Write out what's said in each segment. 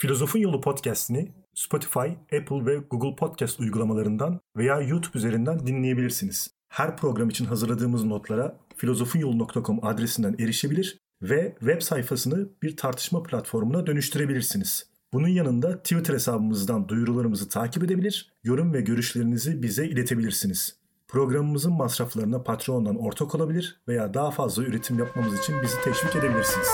Filozofun Yolu podcast'ini Spotify, Apple ve Google Podcast uygulamalarından veya YouTube üzerinden dinleyebilirsiniz. Her program için hazırladığımız notlara filozofunyolu.com adresinden erişebilir ve web sayfasını bir tartışma platformuna dönüştürebilirsiniz. Bunun yanında Twitter hesabımızdan duyurularımızı takip edebilir, yorum ve görüşlerinizi bize iletebilirsiniz. Programımızın masraflarına Patreon'dan ortak olabilir veya daha fazla üretim yapmamız için bizi teşvik edebilirsiniz.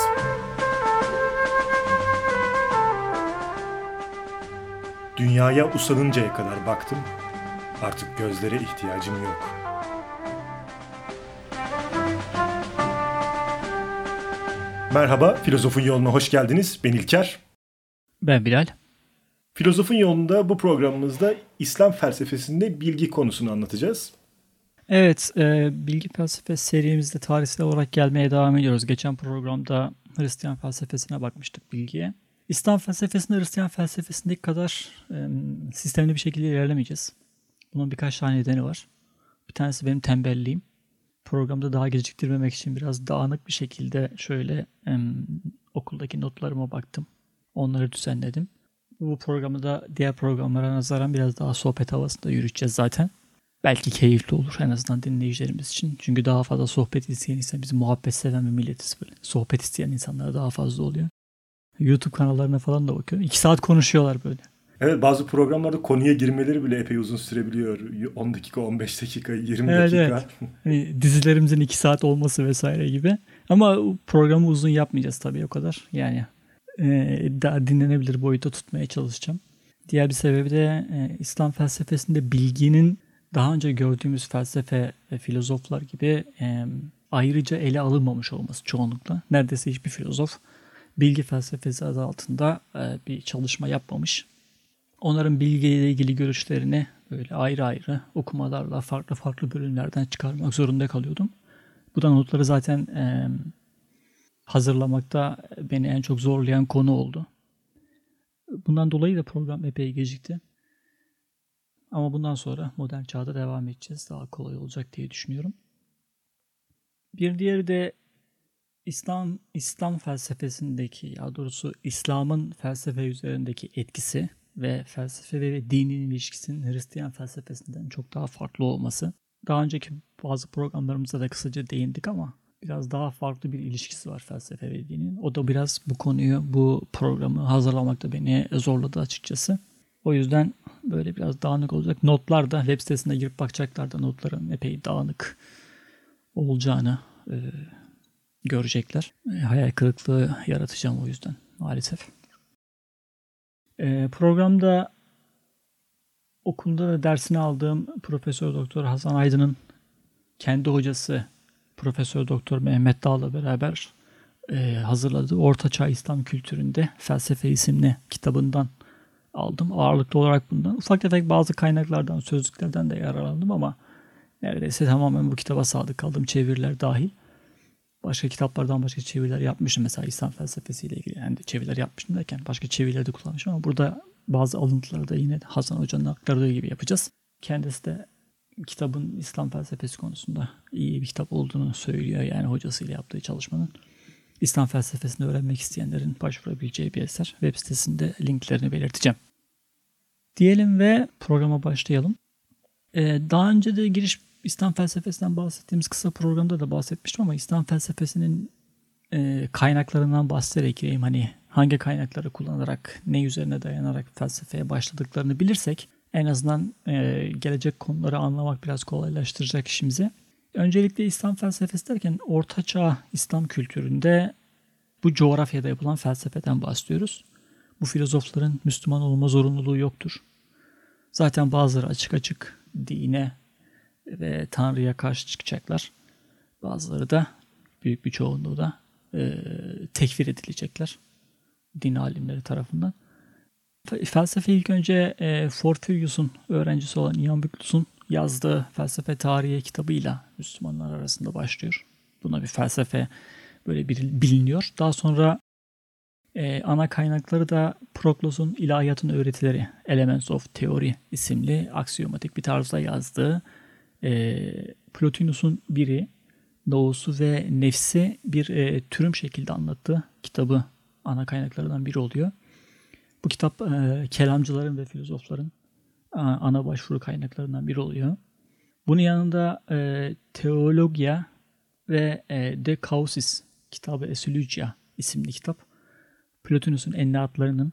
Dünyaya usanıncaya kadar baktım, artık gözlere ihtiyacım yok. Merhaba, Filozofun Yolu'na hoş geldiniz. Ben İlker. Ben Bilal. Filozofun Yolu'nda bu programımızda İslam felsefesinde bilgi konusunu anlatacağız. Evet, bilgi felsefesi serimizde tarihsel olarak gelmeye devam ediyoruz. Geçen programda Hristiyan felsefesine bakmıştık bilgiye. İslam felsefesinde Hristiyan felsefesindeki kadar sistemli bir şekilde ilerlemeyeceğiz. Bunun birkaç tane nedeni var. Bir tanesi benim tembelliğim. Programda daha geciktirmemek için biraz dağınık bir şekilde şöyle okuldaki notlarıma baktım. Onları düzenledim. Bu programı da diğer programlara nazaran biraz daha sohbet havasında yürüteceğiz zaten. Belki keyifli olur en azından dinleyicilerimiz için. Çünkü daha fazla sohbet isteyen insan, biz muhabbet seven bir milletiz böyle. Sohbet isteyen insanlar daha fazla oluyor. YouTube kanallarına falan da bakıyorum. 2 saat konuşuyorlar böyle. Evet, bazı programlarda konuya girmeleri bile epey uzun sürebiliyor. 10 dakika, 15 dakika, 20 evet, dakika. Evet. Yani dizilerimizin 2 saat olması vesaire gibi. Ama programı uzun yapmayacağız tabii o kadar. Yani daha dinlenebilir boyuta tutmaya çalışacağım. Diğer bir sebebi de İslam felsefesinde bilginin daha önce gördüğümüz felsefe ve filozoflar gibi ayrıca ele alınmamış olması çoğunlukla. Neredeyse hiçbir filozof bilgi felsefesi adı altında bir çalışma yapmamış. Onların bilgiyle ilgili görüşlerini böyle ayrı ayrı okumalarla farklı farklı bölümlerden çıkarmak zorunda kalıyordum. Bu da notları zaten hazırlamakta beni en çok zorlayan konu oldu. Bundan dolayı da program epey gecikti. Ama bundan sonra modern çağda devam edeceğiz. Daha kolay olacak diye düşünüyorum. Bir diğeri de İslam felsefesindeki, ya doğrusu İslam'ın felsefe üzerindeki etkisi ve felsefe ve dinin ilişkisinin Hristiyan felsefesinden çok daha farklı olması. Daha önceki bazı programlarımızda da kısaca değindik ama biraz daha farklı bir ilişkisi var felsefe ve dinin. O da biraz bu konuyu, bu programı hazırlamakta beni zorladı açıkçası. O yüzden böyle biraz dağınık olacak. Notlar da web sitesine girip bakacaklar da notların epey dağınık olacağını görecekler. Hayal kırıklığı yaratacağım o yüzden maalesef. Programda okulda da dersini aldığım Profesör Doktor Hasan Aydın'ın kendi hocası Profesör Doktor Mehmet Dağ'la beraber hazırladığı Orta Çağ İslam Kültüründe Felsefe isimli kitabından aldım. Ağırlıklı olarak bundan. Ufak tefek bazı kaynaklardan, sözlüklerden de yararlandım ama neredeyse tamamen bu kitaba sadık kaldım. Çeviriler dahil. Başka kitaplardan başka çeviriler yapmışım. Mesela İslam felsefesiyle ilgili. Yani çeviriler yapmışım derken başka çevirileri de kullanmışım ama burada bazı alıntıları da yine Hasan Hoca'nın aktardığı gibi yapacağız. Kendisi de kitabın İslam felsefesi konusunda iyi bir kitap olduğunu söylüyor. Yani hocasıyla yaptığı çalışmanın. İslam felsefesini öğrenmek isteyenlerin başvurabileceği bir eser. Web sitesinde linklerini belirteceğim. Diyelim ve programa başlayalım. Daha önce de İslam felsefesinden bahsettiğimiz kısa programda da bahsetmiştim ama İslam felsefesinin kaynaklarından bahsederek gireyim. Hani hangi kaynakları kullanarak, ne üzerine dayanarak felsefeye başladıklarını bilirsek en azından gelecek konuları anlamak biraz kolaylaştıracak işimizi. Öncelikle İslam felsefesi derken Orta Çağ İslam kültüründe bu coğrafyada yapılan felsefeden bahsediyoruz. Bu filozofların Müslüman olma zorunluluğu yoktur. Zaten bazıları açık açık dine ve Tanrı'ya karşı çıkacaklar. Bazıları da büyük bir çoğunluğu da tekfir edilecekler din alimleri tarafından. Felsefe ilk önce Porphyrius'un öğrencisi olan Ian Buklus'un yazdığı felsefe tarihi kitabıyla Müslümanlar arasında başlıyor. Buna bir felsefe böyle biliniyor. Daha sonra ana kaynakları da Proklos'un İlahiyatın Öğretileri, Elements of Theory isimli aksiyomatik bir tarzda yazdığı Plotinus'un biri, doğusu ve nefsi bir türüm şekilde anlattığı kitabı ana kaynaklarından biri oluyor. Bu kitap kelamcıların ve filozofların ana başvuru kaynaklarından biri oluyor. Bunun yanında Theologia ve De Causis kitabı Esulugia isimli kitap. Plotinus'un Enneatlarının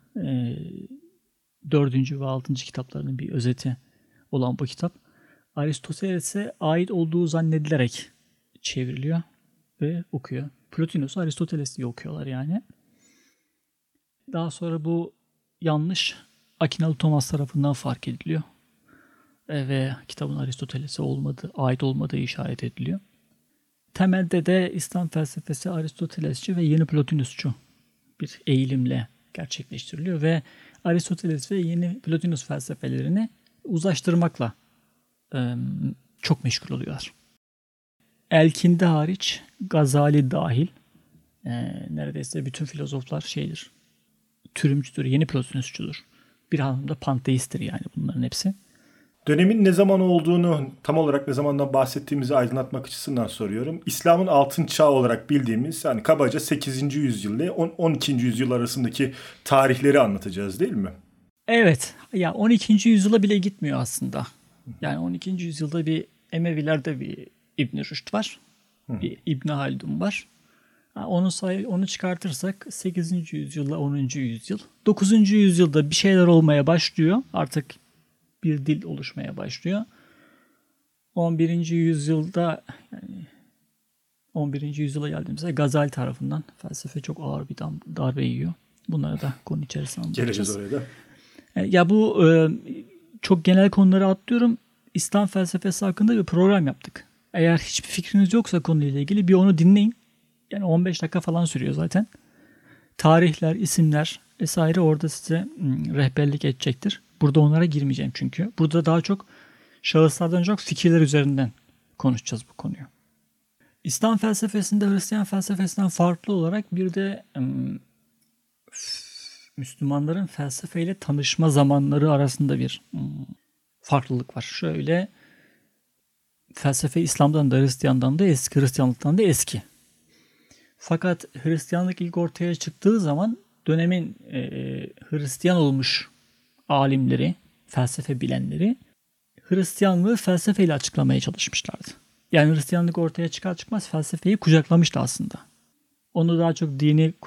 4. ve 6. kitaplarının bir özeti olan bu kitap Aristoteles'e ait olduğu zannedilerek çevriliyor ve okuyor. Plotinus'u Aristoteles diye okuyorlar yani. Daha sonra bu yanlış Akinalı Thomas tarafından fark ediliyor. Ve kitabın Aristoteles'e ait olmadığı işaret ediliyor. Temelde de İslam felsefesi Aristotelesçi ve yeni Plotinusçu bir eğilimle gerçekleştiriliyor ve Aristoteles ve yeni Plotinus felsefelerini uzlaştırmakla çok meşgul oluyorlar. Elkindi hariç, Gazali dahil neredeyse bütün filozoflar türümcüdür, yeni Plotinusçudur. Bir anlamda panteisttir yani bunların hepsi. Dönemin ne zaman olduğunu, tam olarak ne zamandan bahsettiğimizi aydınlatmak açısından soruyorum. İslam'ın altın çağı olarak bildiğimiz yani kabaca 8. yüzyıl ile 12. yüzyıl arasındaki tarihleri anlatacağız değil mi? Evet. Ya 12. yüzyıla bile gitmiyor aslında. Yani 12. yüzyılda bir Emevilerde bir İbn Rüşd var. Bir İbn Haldun var. Onu çıkartırsak 8. yüzyılla 10. yüzyıl. 9. yüzyılda bir şeyler olmaya başlıyor. Artık bir dil oluşmaya başlıyor. 11. yüzyılda yani 11. yüzyıla geldiğimizde Gazali tarafından felsefe çok ağır bir darbe yiyor. Bunları da konu içerisinde anlatacağız. Geleceğiz oraya da. Ya bu çok genel konuları atlıyorum. İslam felsefesi hakkında bir program yaptık. Eğer hiçbir fikriniz yoksa konuyla ilgili bir onu dinleyin. Yani 15 dakika falan sürüyor zaten. Tarihler, isimler vesaire orada size rehberlik edecektir. Burada onlara girmeyeceğim çünkü. Burada daha çok şahıslardan çok fikirler üzerinden konuşacağız bu konuyu. İslam felsefesinde Hristiyan felsefesinden farklı olarak bir de Müslümanların felsefeyle tanışma zamanları arasında bir farklılık var. Şöyle, felsefe İslam'dan da Hristiyan'dan da eski, Hristiyanlıktan da eski. Fakat Hristiyanlık ilk ortaya çıktığı zaman dönemin Hristiyan olmuş alimleri, felsefe bilenleri Hristiyanlığı felsefeyle açıklamaya çalışmışlardı. Yani Hristiyanlık ortaya çıkar çıkmaz felsefeyi kucaklamıştı aslında. Onu daha çok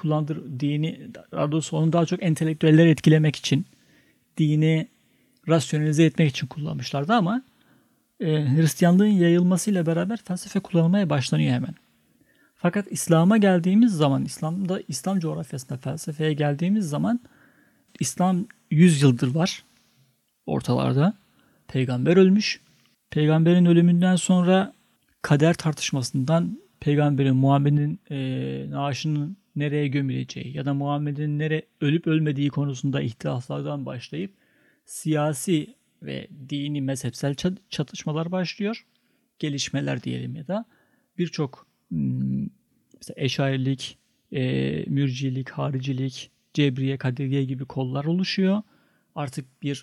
onu daha çok entelektüelleri etkilemek için, dini rasyonelize etmek için kullanmışlardı ama Hristiyanlığın yayılmasıyla beraber felsefe kullanılmaya başlanıyor hemen. Fakat İslam'a geldiğimiz zaman, İslam coğrafyasında felsefeye geldiğimiz zaman İslam 100 yıldır var ortalarda. Peygamber ölmüş. Peygamberin ölümünden sonra kader tartışmasından Peygamberin Muhammed'in naaşının nereye gömüleceği ya da Muhammed'in ölüp ölmediği konusunda ihtilaflardan başlayıp siyasi ve dini mezhepsel çatışmalar başlıyor. Gelişmeler diyelim ya da birçok mesela Eşarilik, Mürcilik, Haricilik, Cebriye, Kadiriye gibi kollar oluşuyor. Artık bir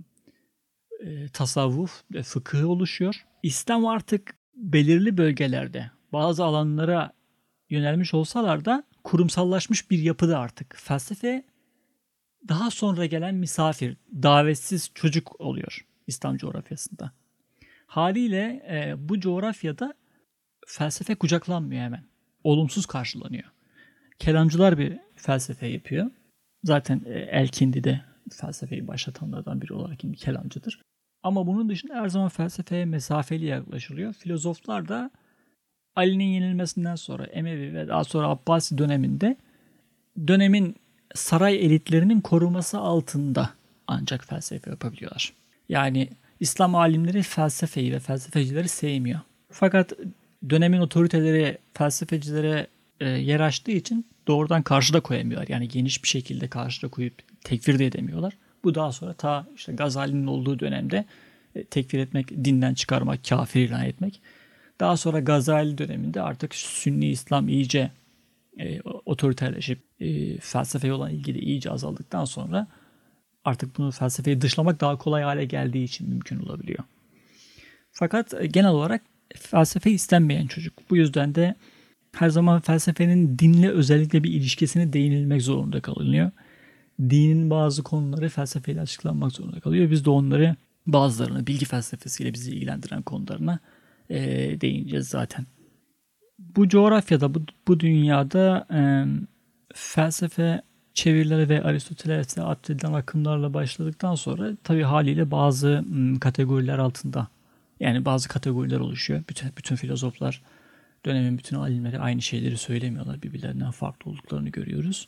tasavvuf ve fıkıh oluşuyor. İslam artık belirli bölgelerde bazı alanlara yönelmiş olsalar da kurumsallaşmış bir yapıda artık. Felsefe daha sonra gelen misafir, davetsiz çocuk oluyor İslam coğrafyasında. Haliyle bu coğrafyada felsefe kucaklanmıyor hemen. Olumsuz karşılanıyor. Kelamcılar bir felsefe yapıyor. Zaten Elkindi de felsefeyi başlatanlardan biri olarak bir kelamcıdır. Ama bunun dışında her zaman felsefeye mesafeli yaklaşılıyor. Filozoflar da Ali'nin yenilmesinden sonra Emevi ve daha sonra Abbasi döneminde dönemin saray elitlerinin koruması altında ancak felsefe yapabiliyorlar. Yani İslam alimleri felsefeyi ve felsefecileri sevmiyor. Fakat dönemin otoriteleri felsefecilere yer açtığı için doğrudan karşıda koyamıyorlar. Yani geniş bir şekilde karşıda koyup tekfir de edemiyorlar. Bu daha sonra ta işte Gazali'nin olduğu dönemde tekfir etmek, dinden çıkarmak, kafir ilan etmek. Daha sonra Gazali döneminde artık Sünni İslam iyice otoriterleşip felsefeye olan ilgi de iyice azaldıktan sonra artık bunu felsefeyi dışlamak daha kolay hale geldiği için mümkün olabiliyor. Fakat genel olarak felsefe istenmeyen çocuk. Bu yüzden de her zaman felsefenin dinle özellikle bir ilişkisine değinilmek zorunda kalınıyor. dinin bazı konuları felsefeyle açıklanmak zorunda kalıyor. Biz de onları bazılarını bilgi felsefesiyle bizi ilgilendiren konularına değineceğiz zaten. Bu coğrafyada, bu dünyada felsefe çevirileri ve Aristoteles'e atfedilen akımlarla başladıktan sonra tabii haliyle bazı kategoriler altında, yani bazı kategoriler oluşuyor. Bütün filozoflar, dönemin bütün alimleri aynı şeyleri söylemiyorlar. Birbirlerinden farklı olduklarını görüyoruz.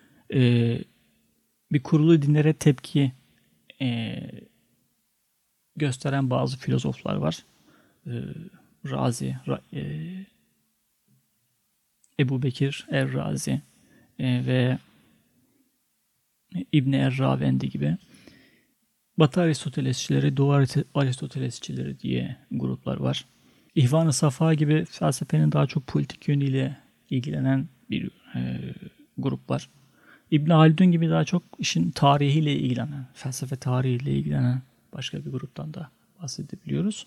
Bir kurulu dinlere tepki gösteren bazı filozoflar var. Razi, Ebu Bekir Er-Razi ve İbn Er-Ravendi gibi. Batı Aristotelesçileri, Doğu Aristotelesçileri diye gruplar var. İhvan-ı Safa gibi felsefenin daha çok politik yönüyle ilgilenen bir grup var. İbn Haldun gibi daha çok işin tarihiyle ilgilenen, felsefe tarihiyle ilgilenen başka bir gruptan da bahsedebiliyoruz.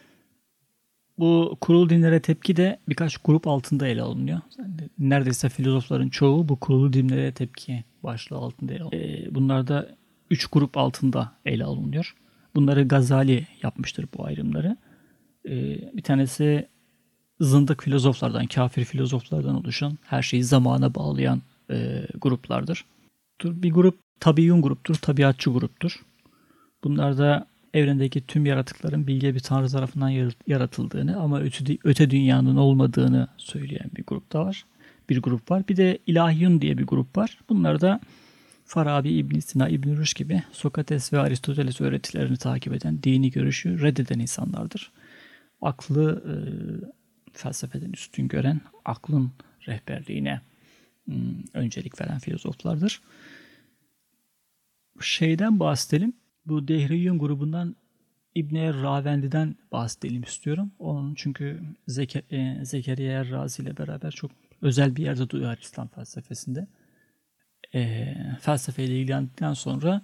Bu kurulu dinlere tepki de birkaç grup altında ele alınıyor. Neredeyse filozofların çoğu bu kurulu dinlere tepki başlığı altında ele alınıyor. Bunlar da 3 grup altında ele alınıyor. Bunları Gazali yapmıştır, bu ayrımları. Bir tanesi zındık filozoflardan, kafir filozoflardan oluşan, her şeyi zamana bağlayan gruplardır. Bir grup tabiun gruptur, tabiatçı gruptur. Bunlar da evrendeki tüm yaratıkların bilge bir tanrı tarafından yaratıldığını ama öte dünyanın olmadığını söyleyen bir grup da var. Bir grup var. Bir de ilahiyun diye bir grup var. Bunlar da Farabi, İbn Sina, İbn Rushd gibi Sokrates ve Aristoteles öğretilerini takip eden, dini görüşü reddeden insanlardır. Aklı felsefeden üstün gören, aklın rehberliğine öncelik veren filozoflardır. Şeyden bahsedelim. Bu Dehriyun grubundan İbn Ravendi'den bahsedelim istiyorum. Onun çünkü Zekeriya Er-Razi ile beraber çok özel bir yerde duruyor İslam felsefesinde. Felsefeyle ilgilendikten sonra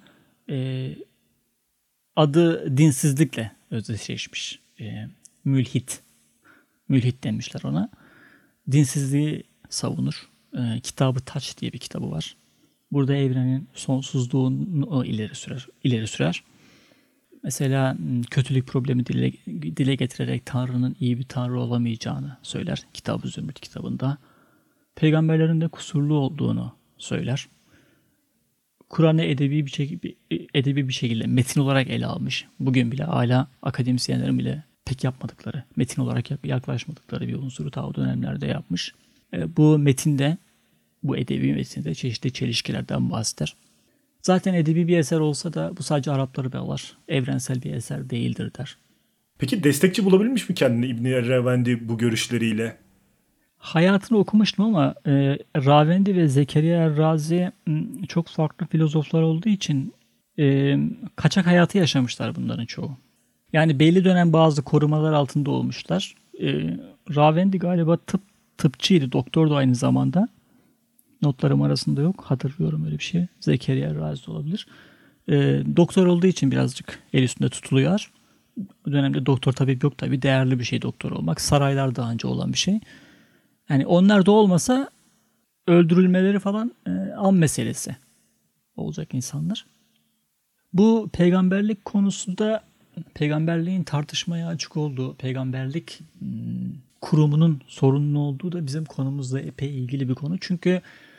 adı dinsizlikle özdeşleşmiş. Mülhit demişler ona. Dinsizliği savunur. Kitab-ı Taç diye bir kitabı var. Burada evrenin sonsuzluğunu ileri sürer. Mesela kötülük problemi dile getirerek Tanrı'nın iyi bir Tanrı olamayacağını söyler Kitab-ı Zümrüt kitabında. Peygamberlerin de kusurlu olduğunu söyler. Kur'an'ı edebi bir şekilde metin olarak ele almış. Bugün bile hala akademisyenlerin bile pek yapmadıkları, metin olarak yaklaşmadıkları bir unsuru ta o dönemlerde yapmış. Bu metinde, bu edebi metinde çeşitli çelişkilerden bahseder. Zaten edebi bir eser olsa da bu sadece Arapları bağlar. Evrensel bir eser değildir der. Peki destekçi bulabilmiş mi kendini İbn Ravendi bu görüşleriyle? Hayatını okumuştum ama Ravendi ve Zekeriya Er-Razi çok farklı filozoflar olduğu için kaçak hayatı yaşamışlar bunların çoğu. Yani belli dönem bazı korumalar altında olmuşlar. Ravendi galiba tıpçıydı, doktordu aynı zamanda. Notlarım arasında yok. Hatırlıyorum öyle bir şey. Zekeriya Er-Razi olabilir. Doktor olduğu için birazcık el üstünde tutuluyor. Bu dönemde doktor tabip yok tabii. Değerli bir şey doktor olmak. Saraylar daha önce olan bir şey. Yani onlar da olmasa öldürülmeleri falan an meselesi olacak insanlar. Bu peygamberlik konusunda peygamberliğin tartışmaya açık olduğu, peygamberlik kurumunun sorunlu olduğu da bizim konumuzla epey ilgili bir konu. Çünkü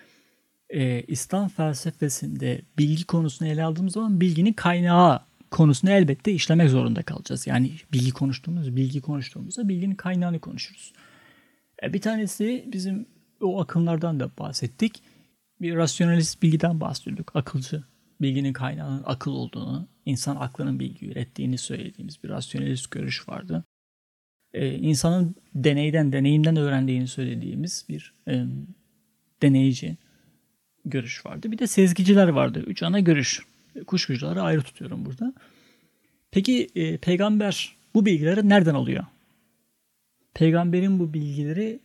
İslam felsefesinde bilgi konusunu ele aldığımız zaman bilginin kaynağı konusunu elbette işlemek zorunda kalacağız. Yani bilgi konuştuğumuzda bilginin kaynağını konuşuruz. Bir tanesi bizim o akımlardan da bahsettik. Bir rasyonalist bilgiden bahsediyorduk. Akılcı. Bilginin kaynağının akıl olduğunu, insan aklının bilgi ürettiğini söylediğimiz bir rasyonalist görüş vardı. İnsanın deneyimden öğrendiğini söylediğimiz bir deneyici görüş vardı. Bir de sezgiciler vardı. 3 ana görüş. Kuşkucuları ayrı tutuyorum burada. Peki peygamber bu bilgileri nereden alıyor? Peygamberin bu bilgileri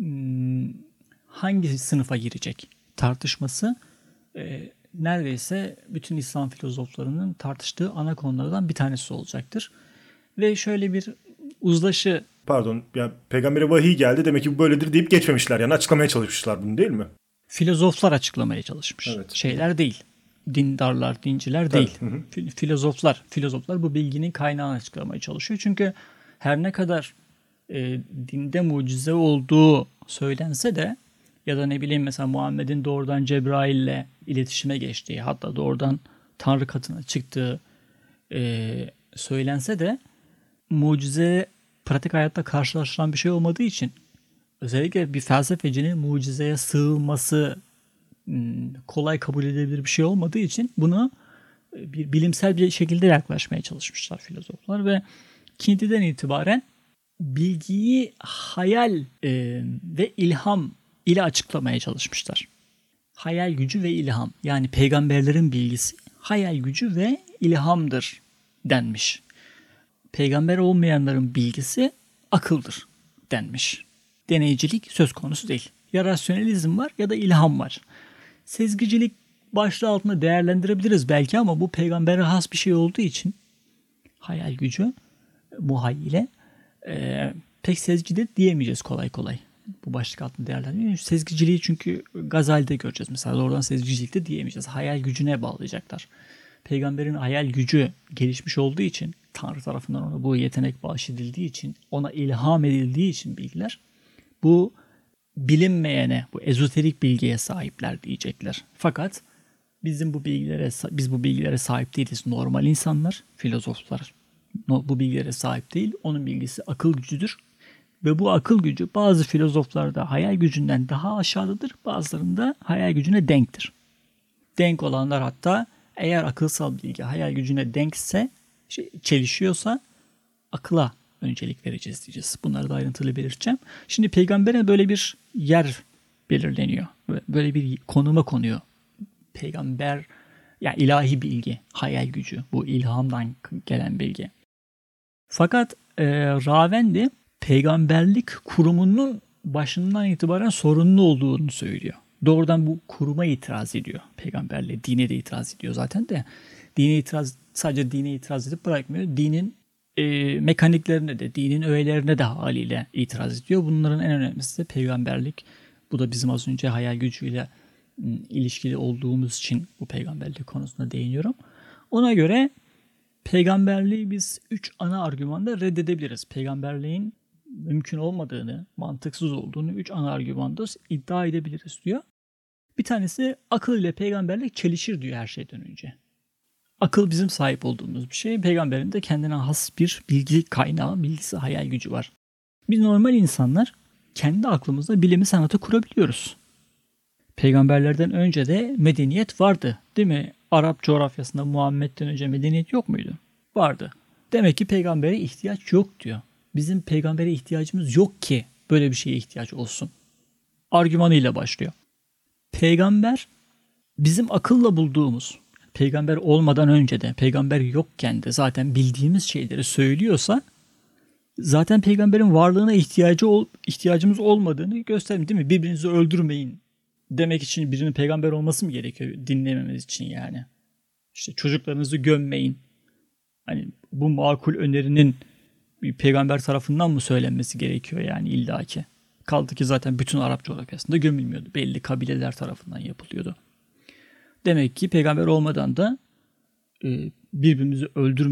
hangi sınıfa girecek tartışması neredeyse bütün İslam filozoflarının tartıştığı ana konulardan bir tanesi olacaktır. Ve şöyle bir uzlaşı... Pardon, yani peygambere vahiy geldi demek ki bu böyledir deyip geçmemişler. Yani açıklamaya çalışmışlar bunu, değil mi? Filozoflar açıklamaya çalışmış. Evet. Şeyler değil. dindarlar, dinciler Tabii. değil. Filozoflar bu bilginin kaynağını açıklamaya çalışıyor. Çünkü her ne kadar dinde mucize olduğu söylense de ya da ne bileyim mesela Muhammed'in doğrudan Cebrail'le iletişime geçtiği, hatta doğrudan Tanrı katına çıktığı söylense de mucize pratik hayatta karşılaşılan bir şey olmadığı için, özellikle bir felsefecinin mucizeye sığınması kolay kabul edilebilir bir şey olmadığı için bunu bir bilimsel bir şekilde yaklaşmaya çalışmışlar filozoflar ve Kindi'den itibaren bilgiyi hayal ve ilham ile açıklamaya çalışmışlar. Hayal gücü ve ilham, yani peygamberlerin bilgisi hayal gücü ve ilhamdır denmiş. Peygamber olmayanların bilgisi akıldır denmiş. Deneycilik söz konusu değil. Ya rasyonalizm var ya da ilham var. Sezgicilik başlığı altında değerlendirebiliriz belki ama bu peygambere has bir şey olduğu için hayal gücü, muhayyile pek sezgidir diyemeyeceğiz kolay kolay. Bu başlık altında değerlendiriyoruz. Sezgiciliği çünkü Gazali'de göreceğiz mesela. Oradan sezgicilikte diyemeyeceğiz. Hayal gücüne bağlayacaklar. Peygamberin hayal gücü gelişmiş olduğu için, Tanrı tarafından ona bu yetenek bahşedildiği için, ona ilham edildiği için bilgiler, bu bilinmeyene, bu ezoterik bilgiye sahipler diyecekler. Fakat biz bu bilgilere sahip değiliz. Normal insanlar, filozoflar bu bilgilere sahip değil. Onun bilgisi akıl gücüdür. Ve bu akıl gücü bazı filozoflarda hayal gücünden daha aşağıdadır. Bazılarında hayal gücüne denktir. Denk olanlar hatta eğer akılsal bilgi hayal gücüne denkse, çelişiyorsa akıla öncelik vereceğiz diyeceğiz. Bunları da ayrıntılı belirteceğim. Şimdi peygambere böyle bir yer belirleniyor. Böyle bir konuma konuyor. Peygamber, yani ilahi bilgi, hayal gücü, bu ilhamdan gelen bilgi. Fakat Ravendi peygamberlik kurumunun başından itibaren sorunlu olduğunu söylüyor. Doğrudan bu kuruma itiraz ediyor. Peygamberliğe, dine de itiraz ediyor zaten de. Sadece dine itiraz edip bırakmıyor. Dinin mekaniklerine de, dinin öğelerine de haliyle itiraz ediyor. Bunların en önemlisi de peygamberlik. Bu da bizim az önce hayal gücüyle ilişkili olduğumuz için bu peygamberlik konusuna değiniyorum. Ona göre peygamberliği biz 3 ana argümanda reddedebiliriz. Peygamberliğin mümkün olmadığını, mantıksız olduğunu 3 ana argümanda iddia edebiliriz diyor. Bir tanesi, akıl ile peygamberlik çelişir diyor her şeyden önce. Akıl bizim sahip olduğumuz bir şey. Peygamberin de kendine has bir bilgi kaynağı, bilgisi, hayal gücü var. Biz normal insanlar kendi aklımızda bilimi, sanatı kurabiliyoruz. Peygamberlerden önce de medeniyet vardı, değil mi? Arap coğrafyasında Muhammed'den önce medeniyet yok muydu? Vardı. Demek ki peygambere ihtiyaç yok diyor. Bizim peygambere ihtiyacımız yok ki böyle bir şeye ihtiyaç olsun. Argümanıyla başlıyor. Peygamber bizim akılla bulduğumuz, peygamber olmadan önce de, peygamber yokken de zaten bildiğimiz şeyleri söylüyorsa, zaten peygamberin varlığına ihtiyacımız olmadığını göstermiyor, değil mi? Birbirinizi öldürmeyin demek için birinin peygamber olması mı gerekiyor dinlememiz için yani? İşte çocuklarınızı gömmeyin. Hani bu makul önerinin bir peygamber tarafından mı söylenmesi gerekiyor yani illaki? Kaldı ki zaten bütün Arap coğrafyasında gömülmüyordu. Belli kabileler tarafından yapılıyordu. Demek ki peygamber olmadan da birbirimizi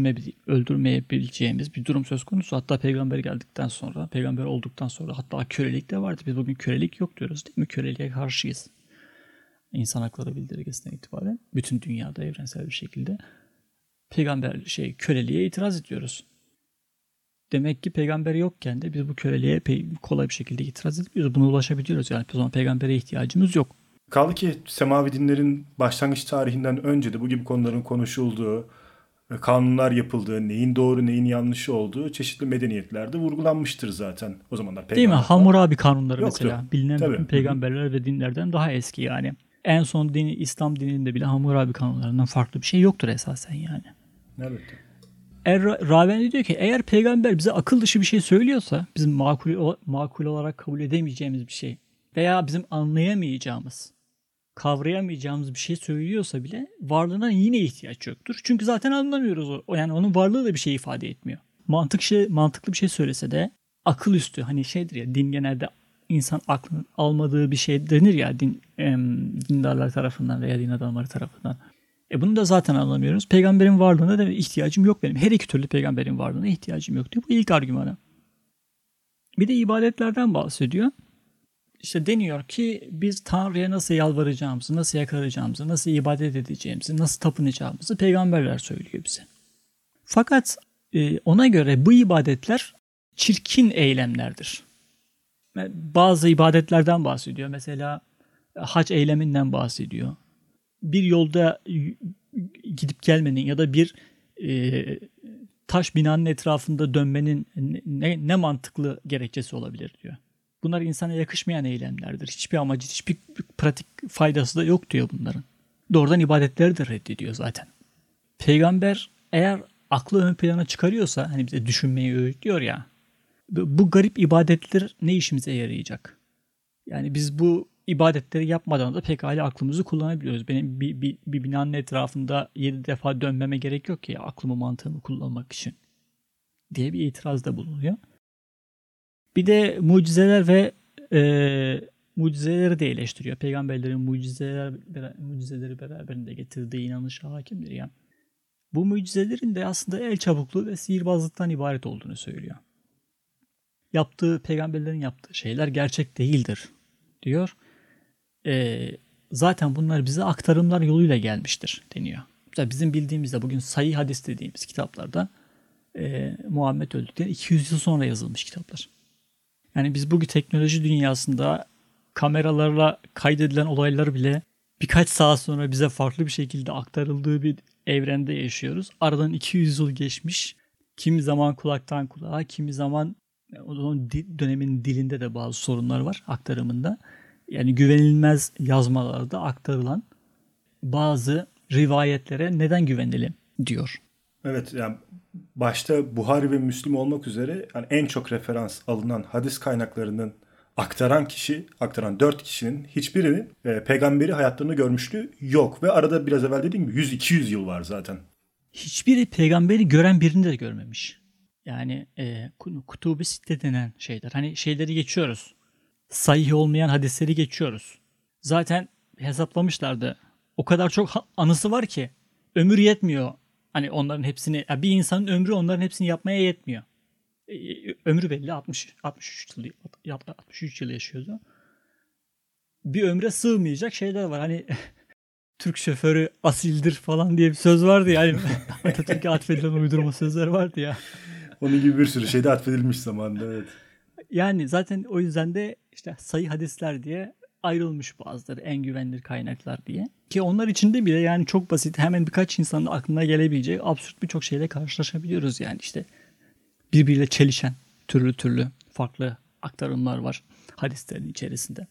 öldürmeyebileceğimiz bir durum söz konusu. Hatta peygamber geldikten sonra, peygamber olduktan sonra hatta kölelik de vardı. Biz bugün kölelik yok diyoruz, değil mi? Köleliğe karşıyız. İnsan Hakları Bildirgesi'nden itibaren bütün dünyada evrensel bir şekilde köleliğe itiraz ediyoruz. Demek ki peygamber yokken de biz bu köleliğe kolay bir şekilde itiraz ediyoruz. Buna ulaşabiliyoruz yani. O zaman peygambere ihtiyacımız yok. Kaldı ki semavi dinlerin başlangıç tarihinden önce de bu gibi konuların konuşulduğu, kanunlar yapıldığı, neyin doğru neyin yanlış olduğu çeşitli medeniyetlerde vurgulanmıştır zaten. O zamanlar peygamber. Değil mi? Hammurabi kanunları yoktu. Mesela. Bilinen Tabii. bütün peygamberler ve dinlerden daha eski yani. En son dini, İslam dininde bile Hammurabi kanunlarından farklı bir şey yoktur esasen yani. Evet. Ravendi diyor ki eğer peygamber bize akıl dışı bir şey söylüyorsa, bizim makul olarak kabul edemeyeceğimiz bir şey veya bizim anlayamayacağımız, kavrayamayacağımız bir şey söylüyorsa bile varlığına yine ihtiyaç yoktur. Çünkü zaten anlamıyoruz o. Yani onun varlığı da bir şey ifade etmiyor. Mantıklı bir şey söylese de akıl üstü, hani şeydir ya, din genelde insan aklının almadığı bir şey denir ya dindarlar tarafından veya din adamları tarafından. Bunu da zaten anlamıyoruz. Peygamberin varlığına da ihtiyacım yok benim. Her iki türlü peygamberin varlığına ihtiyacım yok diyor. Bu ilk argümanı. Bir de ibadetlerden bahsediyor. İşte deniyor ki biz Tanrı'ya nasıl yalvaracağımızı, nasıl yakaracağımızı, nasıl ibadet edeceğimizi, nasıl tapınacağımızı peygamberler söylüyor bize. Fakat ona göre bu ibadetler çirkin eylemlerdir. Bazı ibadetlerden bahsediyor. Mesela hac eyleminden bahsediyor. Bir yolda gidip gelmenin ya da bir taş binanın etrafında dönmenin ne mantıklı gerekçesi olabilir diyor. Bunlar insana yakışmayan eylemlerdir. Hiçbir amacı, hiçbir pratik faydası da yok diyor bunların. Doğrudan ibadetleri de reddediyor zaten. Peygamber eğer aklı ön plana çıkarıyorsa, hani bize düşünmeyi öğütüyor ya, bu garip ibadetler ne işimize yarayacak? Yani biz bu ibadetleri yapmadan da pekala aklımızı kullanabiliyoruz. Benim bir binanın etrafında 7 defa dönmeme gerek yok ki aklımı mantığımı kullanmak için diye bir itirazda bulunuyor. Bir de mucizeler ve mucizeleri de eleştiriyor. Peygamberlerin mucizeleri beraberinde getirdiği inanışa hakimdir ya. Bu mucizelerin de aslında el çabukluğu ve sihirbazlıktan ibaret olduğunu söylüyor. Peygamberlerin yaptığı şeyler gerçek değildir diyor. Zaten bunlar bize aktarımlar yoluyla gelmiştir deniyor. Mesela bizim bildiğimizde bugün Sahih Hadis dediğimiz kitaplarda Muhammed öldükten 200 yıl sonra yazılmış kitaplar. Yani biz bugün teknoloji dünyasında kameralarla kaydedilen olayları bile birkaç saat sonra bize farklı bir şekilde aktarıldığı bir evrende yaşıyoruz. Aradan 200 yıl geçmiş. Kimi zaman kulaktan kulağa, kimi zaman o dönemin dilinde de bazı sorunlar var aktarımında. Yani güvenilmez yazmalarda aktarılan bazı rivayetlere neden güvenelim diyor. Evet, yani başta Buhari ve Müslim olmak üzere yani en çok referans alınan hadis kaynaklarının aktaran 4 kişinin hiçbirinin peygamberi hayatlarını görmüşlüğü yok. Ve arada biraz evvel dediğim gibi 100-200 yıl var zaten. Hiçbiri peygamberi gören birini de görmemiş. Yani kutubu sitte denen şeyler. Hani şeyleri geçiyoruz. Sahih olmayan hadisleri geçiyoruz. Zaten hesaplamışlardı. O kadar çok anısı var ki ömür yetmiyor. Hani onların hepsini, bir insanın ömrü onların hepsini yapmaya yetmiyor. Ömrü belli 63 yıl yaşıyordu. Bir ömre sığmayacak şeyler var. Hani Türk şoförü asildir falan diye bir söz vardı ya. Yani Atatürk'e atfedilen uydurma sözler vardı ya. Onun gibi bir sürü şey de atfedilmiş zamanında, evet. Yani zaten o yüzden de işte sayı hadisler diye ayrılmış bazıları, en güvenilir kaynaklar diye. Ki onlar içinde bile yani çok basit, hemen birkaç insanın aklına gelebilecek absürt birçok şeyle karşılaşabiliyoruz yani işte. Birbiriyle çelişen türlü farklı aktarımlar var hadislerin içerisinde.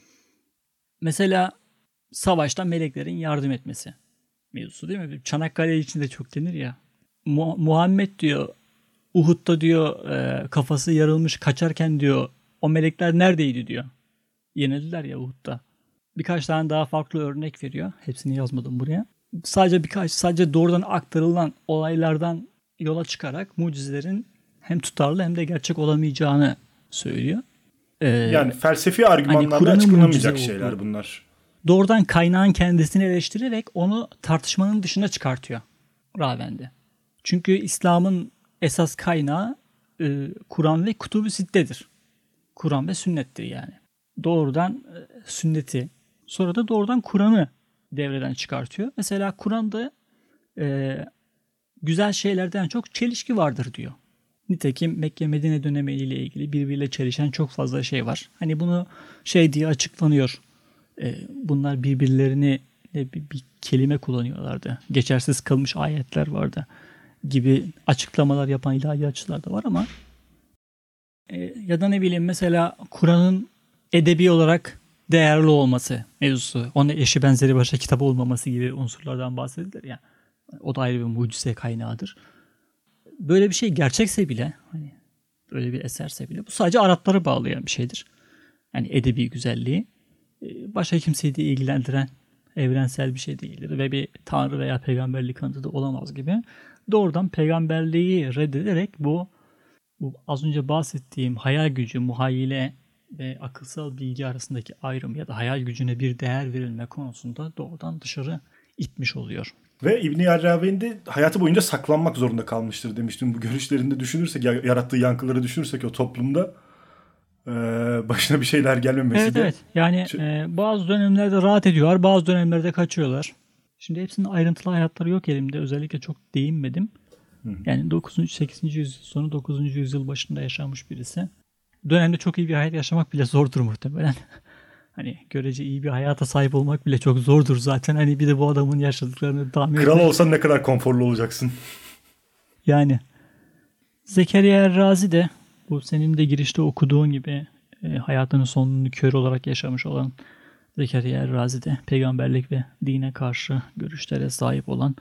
Mesela savaşta meleklerin yardım etmesi mevzusu değil mi? Çanakkale için de çok denir ya. Muhammed diyor Uhud'da diyor kafası yarılmış kaçarken diyor o melekler neredeydi diyor. Yenildiler ya Uhud'da. Birkaç tane daha farklı örnek veriyor. Hepsini yazmadım buraya. Sadece doğrudan aktarılan olaylardan yola çıkarak mucizelerin hem tutarlı hem de gerçek olamayacağını söylüyor. Yani felsefi argümanlarla hani açıklanamayacak şeyler bunlar. Doğrudan kaynağın kendisini eleştirerek onu tartışmanın dışına çıkartıyor Ravendi. Çünkü İslam'ın esas kaynağı Kur'an ve Kutubu Sitte'dir. Kur'an ve sünnettir yani. Doğrudan sünneti, sonra da doğrudan Kur'an'ı devreden çıkartıyor. Mesela Kur'an'da güzel şeylerden çok çelişki vardır diyor. Nitekim Mekke-Medine dönemiyle ilgili birbiriyle çelişen çok fazla şey var. Hani bunu diye açıklanıyor. Bunlar birbirlerini bir kelime kullanıyorlardı. Geçersiz kalmış ayetler vardı gibi açıklamalar yapan ilahiyatçılar da var ama ya da ne bileyim mesela Kur'an'ın edebi olarak değerli olması mevzusu, onun eşi benzeri başka kitap olmaması gibi unsurlardan bahsedilir ya. O da ayrı bir mucize kaynağıdır. Böyle bir şey gerçekse bile, hani böyle bir eserse bile bu sadece Arapları bağlayan bir şeydir. Yani edebi güzelliği başka kimseyi de ilgilendiren evrensel bir şey değildir ve bir tanrı veya peygamberlik kanıtı da olamaz gibi. Doğrudan peygamberliği reddederek bu az önce bahsettiğim hayal gücü, muhayyile ve akılsal bilgi arasındaki ayrım ya da hayal gücüne bir değer verilme konusunda doğrudan dışarı itmiş oluyor Ve İbn Arabi'nin de hayatı boyunca saklanmak zorunda kalmıştır demiştim. Bu görüşlerinde düşünürsek, yarattığı yankıları düşünürsek o toplumda başına bir şeyler gelmemesi Evet de... evet. Yani bazı dönemlerde rahat ediyorlar, bazı dönemlerde kaçıyorlar. Şimdi hepsinin ayrıntılı hayatları yok elimde. Özellikle çok değinmedim. Yani 9. 8. yüzyıl sonu 9. yüzyıl başında yaşamış birisi. Dönemde çok iyi bir hayat yaşamak bile zordur muhtemelen. Hani görece iyi bir hayata sahip olmak bile çok zordur zaten. Hani bir de bu adamın yaşadıklarını tahmin Kral etmek. olsan ne kadar konforlu olacaksın. Yani Zekeriya Errazi de bu senin de girişte okuduğun gibi hayatının sonunu kör olarak yaşamış olan Zekeriya Errazi de peygamberlik ve dine karşı görüşlere sahip olan,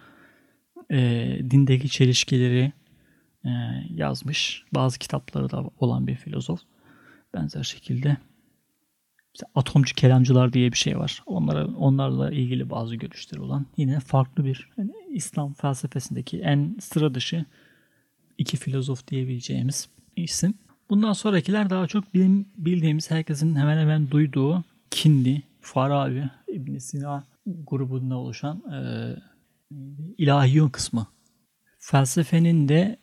dindeki çelişkileri yazmış. Bazı kitapları da olan bir filozof. Benzer şekilde atomcu kelamcılar diye bir şey var. Onlarla ilgili bazı görüşleri olan yine farklı bir İslam felsefesindeki en sıra dışı iki filozof diyebileceğimiz isim. Bundan sonrakiler daha çok bildiğimiz, herkesin hemen hemen duyduğu Kindi, Farabi, İbn Sina grubundan oluşan ilahiyun kısmı. Felsefenin de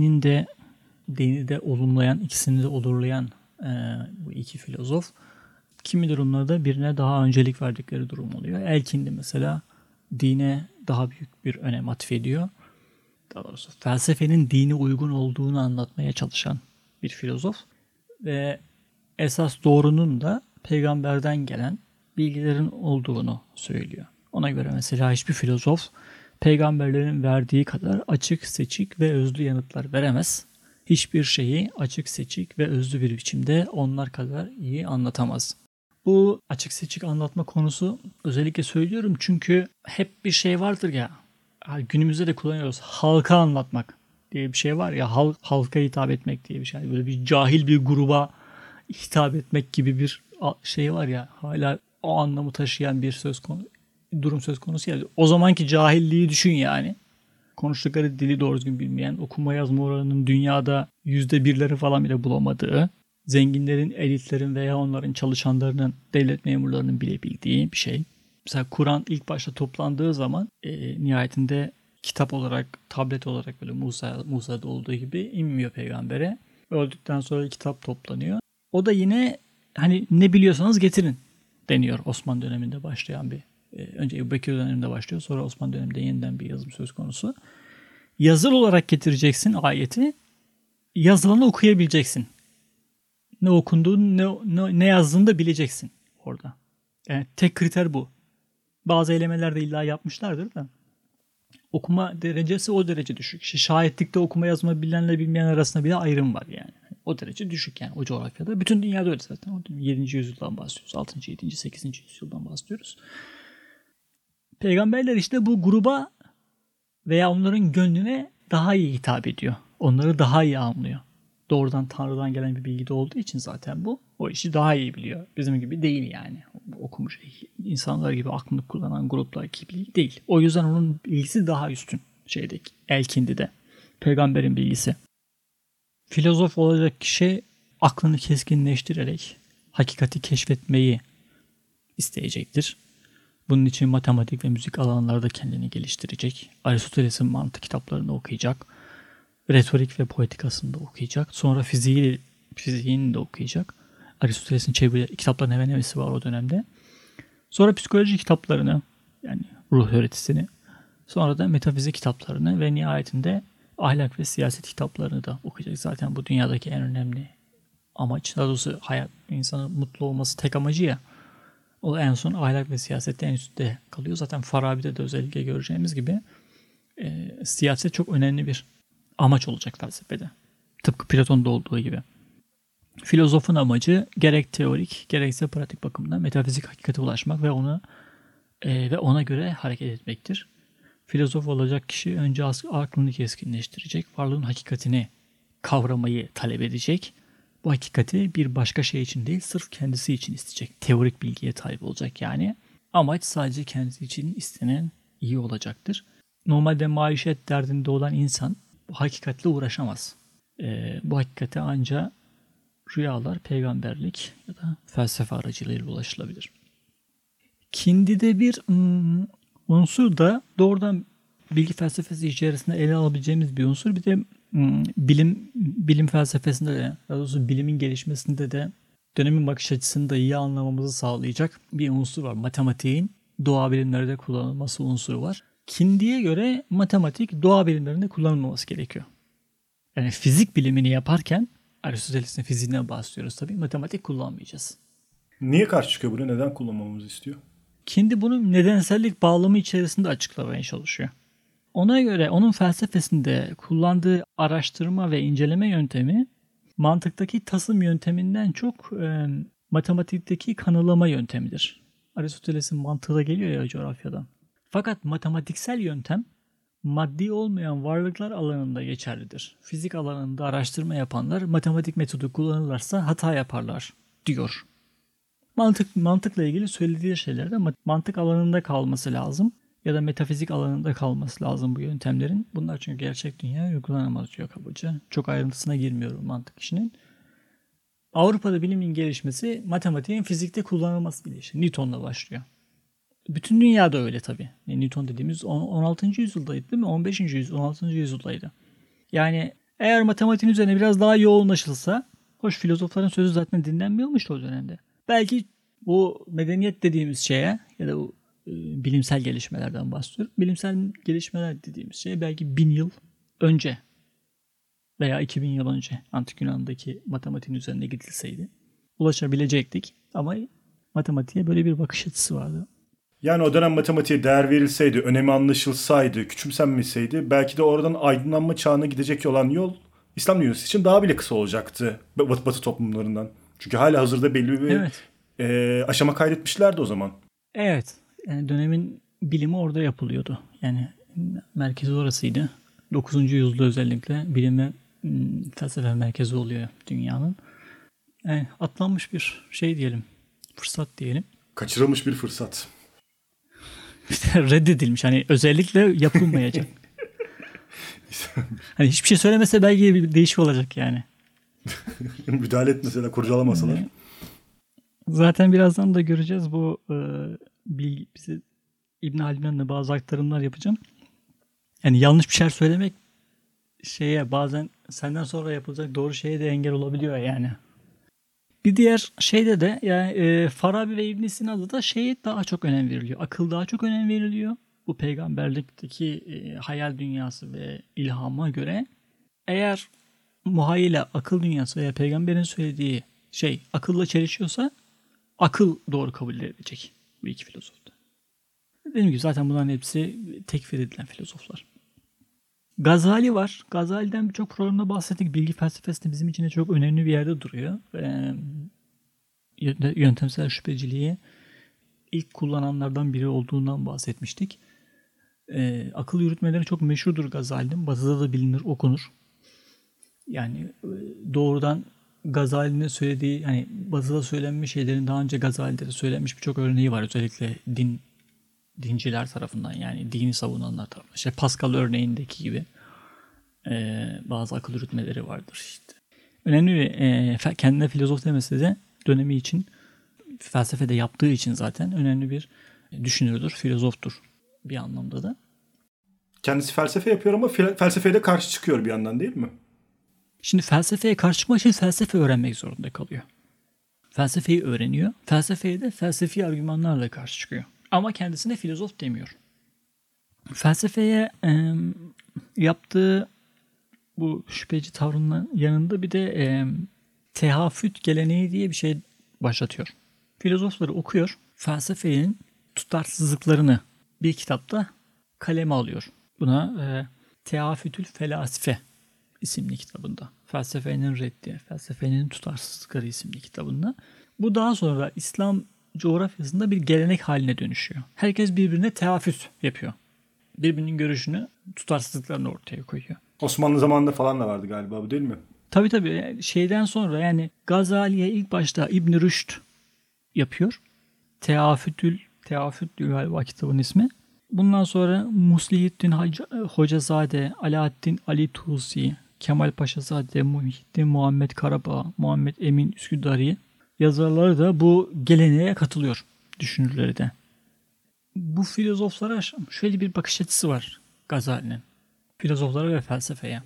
dini de olumlayan, ikisini de olurlayan bu iki filozof. Kimi durumlarda birine daha öncelik verdikleri durum oluyor. Elkindi mesela dine daha büyük bir önem atfediyor. Daha doğrusu felsefenin dine uygun olduğunu anlatmaya çalışan bir filozof. Ve esas doğrunun da peygamberden gelen bilgilerin olduğunu söylüyor. Ona göre mesela hiçbir filozof peygamberlerin verdiği kadar açık, seçik ve özlü yanıtlar veremez. Hiçbir şeyi açık, seçik ve özlü bir biçimde onlar kadar iyi anlatamaz. Bu açık seçik anlatma konusu özellikle söylüyorum çünkü hep bir şey vardır ya, günümüzde de kullanıyoruz. Halka anlatmak diye bir şey var ya, halka hitap etmek diye bir şey. Böyle bir cahil bir gruba hitap etmek gibi bir şey var ya, hala o anlamı taşıyan bir durum söz konusu ya. O zamanki cahilliği düşün yani. Konuştukları dili doğru düzgün bilmeyen, okuma yazma oranının dünyada %1'leri falan bile bulamadığı, zenginlerin, elitlerin veya onların çalışanlarının, devlet memurlarının bilebildiği bir şey. Mesela Kur'an ilk başta toplandığı zaman nihayetinde kitap olarak, tablet olarak böyle Musa'da olduğu gibi inmiyor peygambere. Öldükten sonra kitap toplanıyor. O da yine hani ne biliyorsanız getirin deniyor Osmanlı döneminde başlayan bir. Önce Ebu Bekir döneminde başlıyor, sonra Osmanlı döneminde yeniden bir yazım söz konusu. Yazılı olarak getireceksin ayeti, yazılanı okuyabileceksin. Ne okunduğunu, ne yazdığını da bileceksin orada. Yani tek kriter bu. Bazı elemeler de illa yapmışlardır da. Okuma derecesi o derece düşük. İşte şahitlikte okuma yazma bilenle bilmeyen arasında bile ayrım var yani. O derece düşük yani o coğrafyada. Bütün dünyada öyle zaten. 7. yüzyıldan bahsediyoruz. 6. 7. 8. yüzyıldan bahsediyoruz. Peygamberler işte bu gruba veya onların gönlüne daha iyi hitap ediyor. Onları daha iyi anlıyor. Doğrudan Tanrı'dan gelen bir bilgi de olduğu için zaten bu. O işi daha iyi biliyor. Bizim gibi değil yani. Okumuş insanlar gibi aklını kullanan gruplar gibi değil. O yüzden onun bilgisi daha üstün şeydeki Elkindi'de. Peygamberin bilgisi. Filozof olacak kişi aklını keskinleştirerek hakikati keşfetmeyi isteyecektir. Bunun için matematik ve müzik alanlarda kendini geliştirecek. Aristoteles'in mantık kitaplarını okuyacak. Retorik ve poetikasını da okuyacak. Sonra fiziğini de okuyacak. Aristoteles'in kitaplarının hemen hepsi var o dönemde. Sonra psikoloji kitaplarını, yani ruh öğretisini, sonra da metafizik kitaplarını ve nihayetinde ahlak ve siyaset kitaplarını da okuyacak. Zaten bu dünyadaki en önemli amaç. Daha doğrusu hayat, insanın mutlu olması tek amacı ya. O en son ahlak ve siyasette en üstte kalıyor. Zaten Farabi'de de özellikle göreceğimiz gibi siyaset çok önemli bir amaç olacak felsefede. Tıpkı Platon'da olduğu gibi. Filozofun amacı gerek teorik gerekse pratik bakımdan metafizik hakikate ulaşmak ve ona göre hareket etmektir. Filozof olacak kişi önce aklını keskinleştirecek, varlığın hakikatini kavramayı talep edecek. Bu hakikati bir başka şey için değil, sırf kendisi için isteyecek. Teorik bilgiye sahip olacak yani. Amaç sadece kendisi için istenen iyi olacaktır. Normalde maişet derdinde olan insan bu hakikatle uğraşamaz. Bu hakikate ancak rüyalar, peygamberlik ya da felsefe aracılığıyla ulaşılabilir. Kindi'de bir unsur da doğrudan bilgi felsefesi içerisinde ele alabileceğimiz bir unsur. Bir de bilim felsefesinde de, daha doğrusu bilimin gelişmesinde de dönemin bakış açısını da iyi anlamamızı sağlayacak bir unsur var. Matematiğin doğa bilimlerinde kullanılması unsuru var. Kindi'ye göre matematik doğa bilimlerinde kullanılmaması gerekiyor. Yani fizik bilimini yaparken, Aristoteles'in fiziğinden bahsediyoruz tabii, matematik kullanmayacağız. Niye karşı çıkıyor bunu? Neden kullanmamızı istiyor? Kindi bunu nedensellik bağlamı içerisinde açıklamaya çalışıyor. Ona göre onun felsefesinde kullandığı araştırma ve inceleme yöntemi mantıktaki tasım yönteminden çok matematikteki kanılama yöntemidir. Aristoteles'in mantığı da geliyor ya coğrafyadan. Fakat matematiksel yöntem maddi olmayan varlıklar alanında geçerlidir. Fizik alanında araştırma yapanlar matematik metodu kullanırlarsa hata yaparlar diyor. Mantıkla ilgili söylediği şeyler de mantık alanında kalması lazım ya da metafizik alanında kalması lazım bu yöntemlerin. Bunlar çünkü gerçek dünyaya uygulanamaz diyor kabaca. Çok ayrıntısına girmiyorum mantık işinin. Avrupa'da bilimin gelişmesi matematiğin fizikte kullanılması ile işte Newton'la başlıyor. Bütün dünyada öyle tabii. Newton dediğimiz 16. yüzyıldaydı değil mi? 16. yüzyıldaydı. Yani eğer matematiğin üzerine biraz daha yoğunlaşılsa, hoş filozofların sözü zaten dinlenmiyormuş o dönemde. Belki bu medeniyet dediğimiz şeye ya da bu bilimsel gelişmelerden bahsediyorum. Bilimsel gelişmeler dediğimiz şeye belki 1000 yıl önce veya 2000 yıl önce Antik Yunan'daki matematiğin üzerine gidilseydi ulaşabilecektik. Ama matematiğe böyle bir bakış açısı vardı. Yani o dönem matematiğe değer verilseydi, önemi anlaşılsaydı, küçümsenmeseydi belki de oradan aydınlanma çağına gidecek olan yol İslam dünyası için daha bile kısa olacaktı Batı toplumlarından. Çünkü hala hazırda belli bir aşama kaydetmişlerdi o zaman. Evet. Yani dönemin bilimi orada yapılıyordu. Yani merkezi orasıydı. 9. yüzyılda özellikle bilime felsefe merkezi oluyor dünyanın. Yani atlanmış bir şey diyelim. Fırsat diyelim. Kaçırılmış bir fırsat. Reddedilmiş. Hani özellikle yapılmayacak. Hani hiçbir şey söylemese belki bir değişik olacak yani. Müdahale etmeseler, kurcalamasalar. Zaten birazdan da göreceğiz bu bize İbn Haldun'un da bazı aktarımlar yapacağım. Yani yanlış bir şey söylemek bazen senden sonra yapılacak doğru şeye de engel olabiliyor yani. Bir diğer şeyde de yani Farabi ve İbn Sina'da da şeye daha çok önem veriliyor. Akıl daha çok önem veriliyor. Bu peygamberlikteki hayal dünyası ve ilhama göre eğer muhayyile akıl dünyası veya peygamberin söylediği şey akılla çelişiyorsa akıl doğru kabul edilecek bu iki filozofta. Dediğim gibi zaten bunların hepsi tekfir edilen filozoflar. Gazali var. Gazali'den birçok programda bahsettik. Bilgi felsefesinde bizim için de çok önemli bir yerde duruyor. Yöntemsel şüpheciliği ilk kullananlardan biri olduğundan bahsetmiştik. Akıl yürütmeleri çok meşhurdur Gazali'nin. Batı'da da bilinir, okunur. Yani doğrudan Gazali'nin söylediği, hani Batı'da söylenmiş şeylerin daha önce Gazali'de de söylenmiş birçok örneği var. Özellikle dinciler tarafından, yani dini savunanlar tarafından. İşte Pascal örneğindeki gibi bazı akıl yürütmeleri vardır işte. Önemli bir kendine filozof demesi de dönemi için felsefede yaptığı için zaten önemli bir düşünürdür, filozoftur bir anlamda da. Kendisi felsefe yapıyor ama felsefeye de karşı çıkıyor bir yandan, değil mi? Şimdi felsefeye karşı çıkmak için felsefe öğrenmek zorunda kalıyor. Felsefeyi öğreniyor. Felsefeye de felsefi argümanlarla karşı çıkıyor. Ama kendisine filozof demiyor. Felsefeye yaptığı bu şüpheci tavrının yanında bir de tehafüt geleneği diye bir şey başlatıyor. Filozofları okuyor. Felsefenin tutarsızlıklarını bir kitapta kaleme alıyor. Buna Tehafütül Felasife isimli kitabında. Felsefenin Reddi, Felsefenin Tutarsızlıkları isimli kitabında. Bu daha sonra İslam coğrafyasında bir gelenek haline dönüşüyor. Herkes birbirine tehafüt yapıyor. Birbirinin görüşünü, tutarsızlıklarını ortaya koyuyor. Osmanlı zamanında falan da vardı galiba bu, değil mi? Tabii. Şeyden sonra yani Gazali'ye ilk başta İbn Rüşd yapıyor. Tehafüt diyor galiba kitabın ismi. Bundan sonra Muslihiddin Hocazade, Alaaddin Ali Tusi, Kemal Paşazade, Muhyiddin Muhammed Karabağ, Muhammed Emin Üsküdari yazarları da bu geleneğe katılıyor, düşünürleri de. Bu filozoflara şöyle bir bakış açısı var. Gazali'nin. Filozoflara ve felsefeye.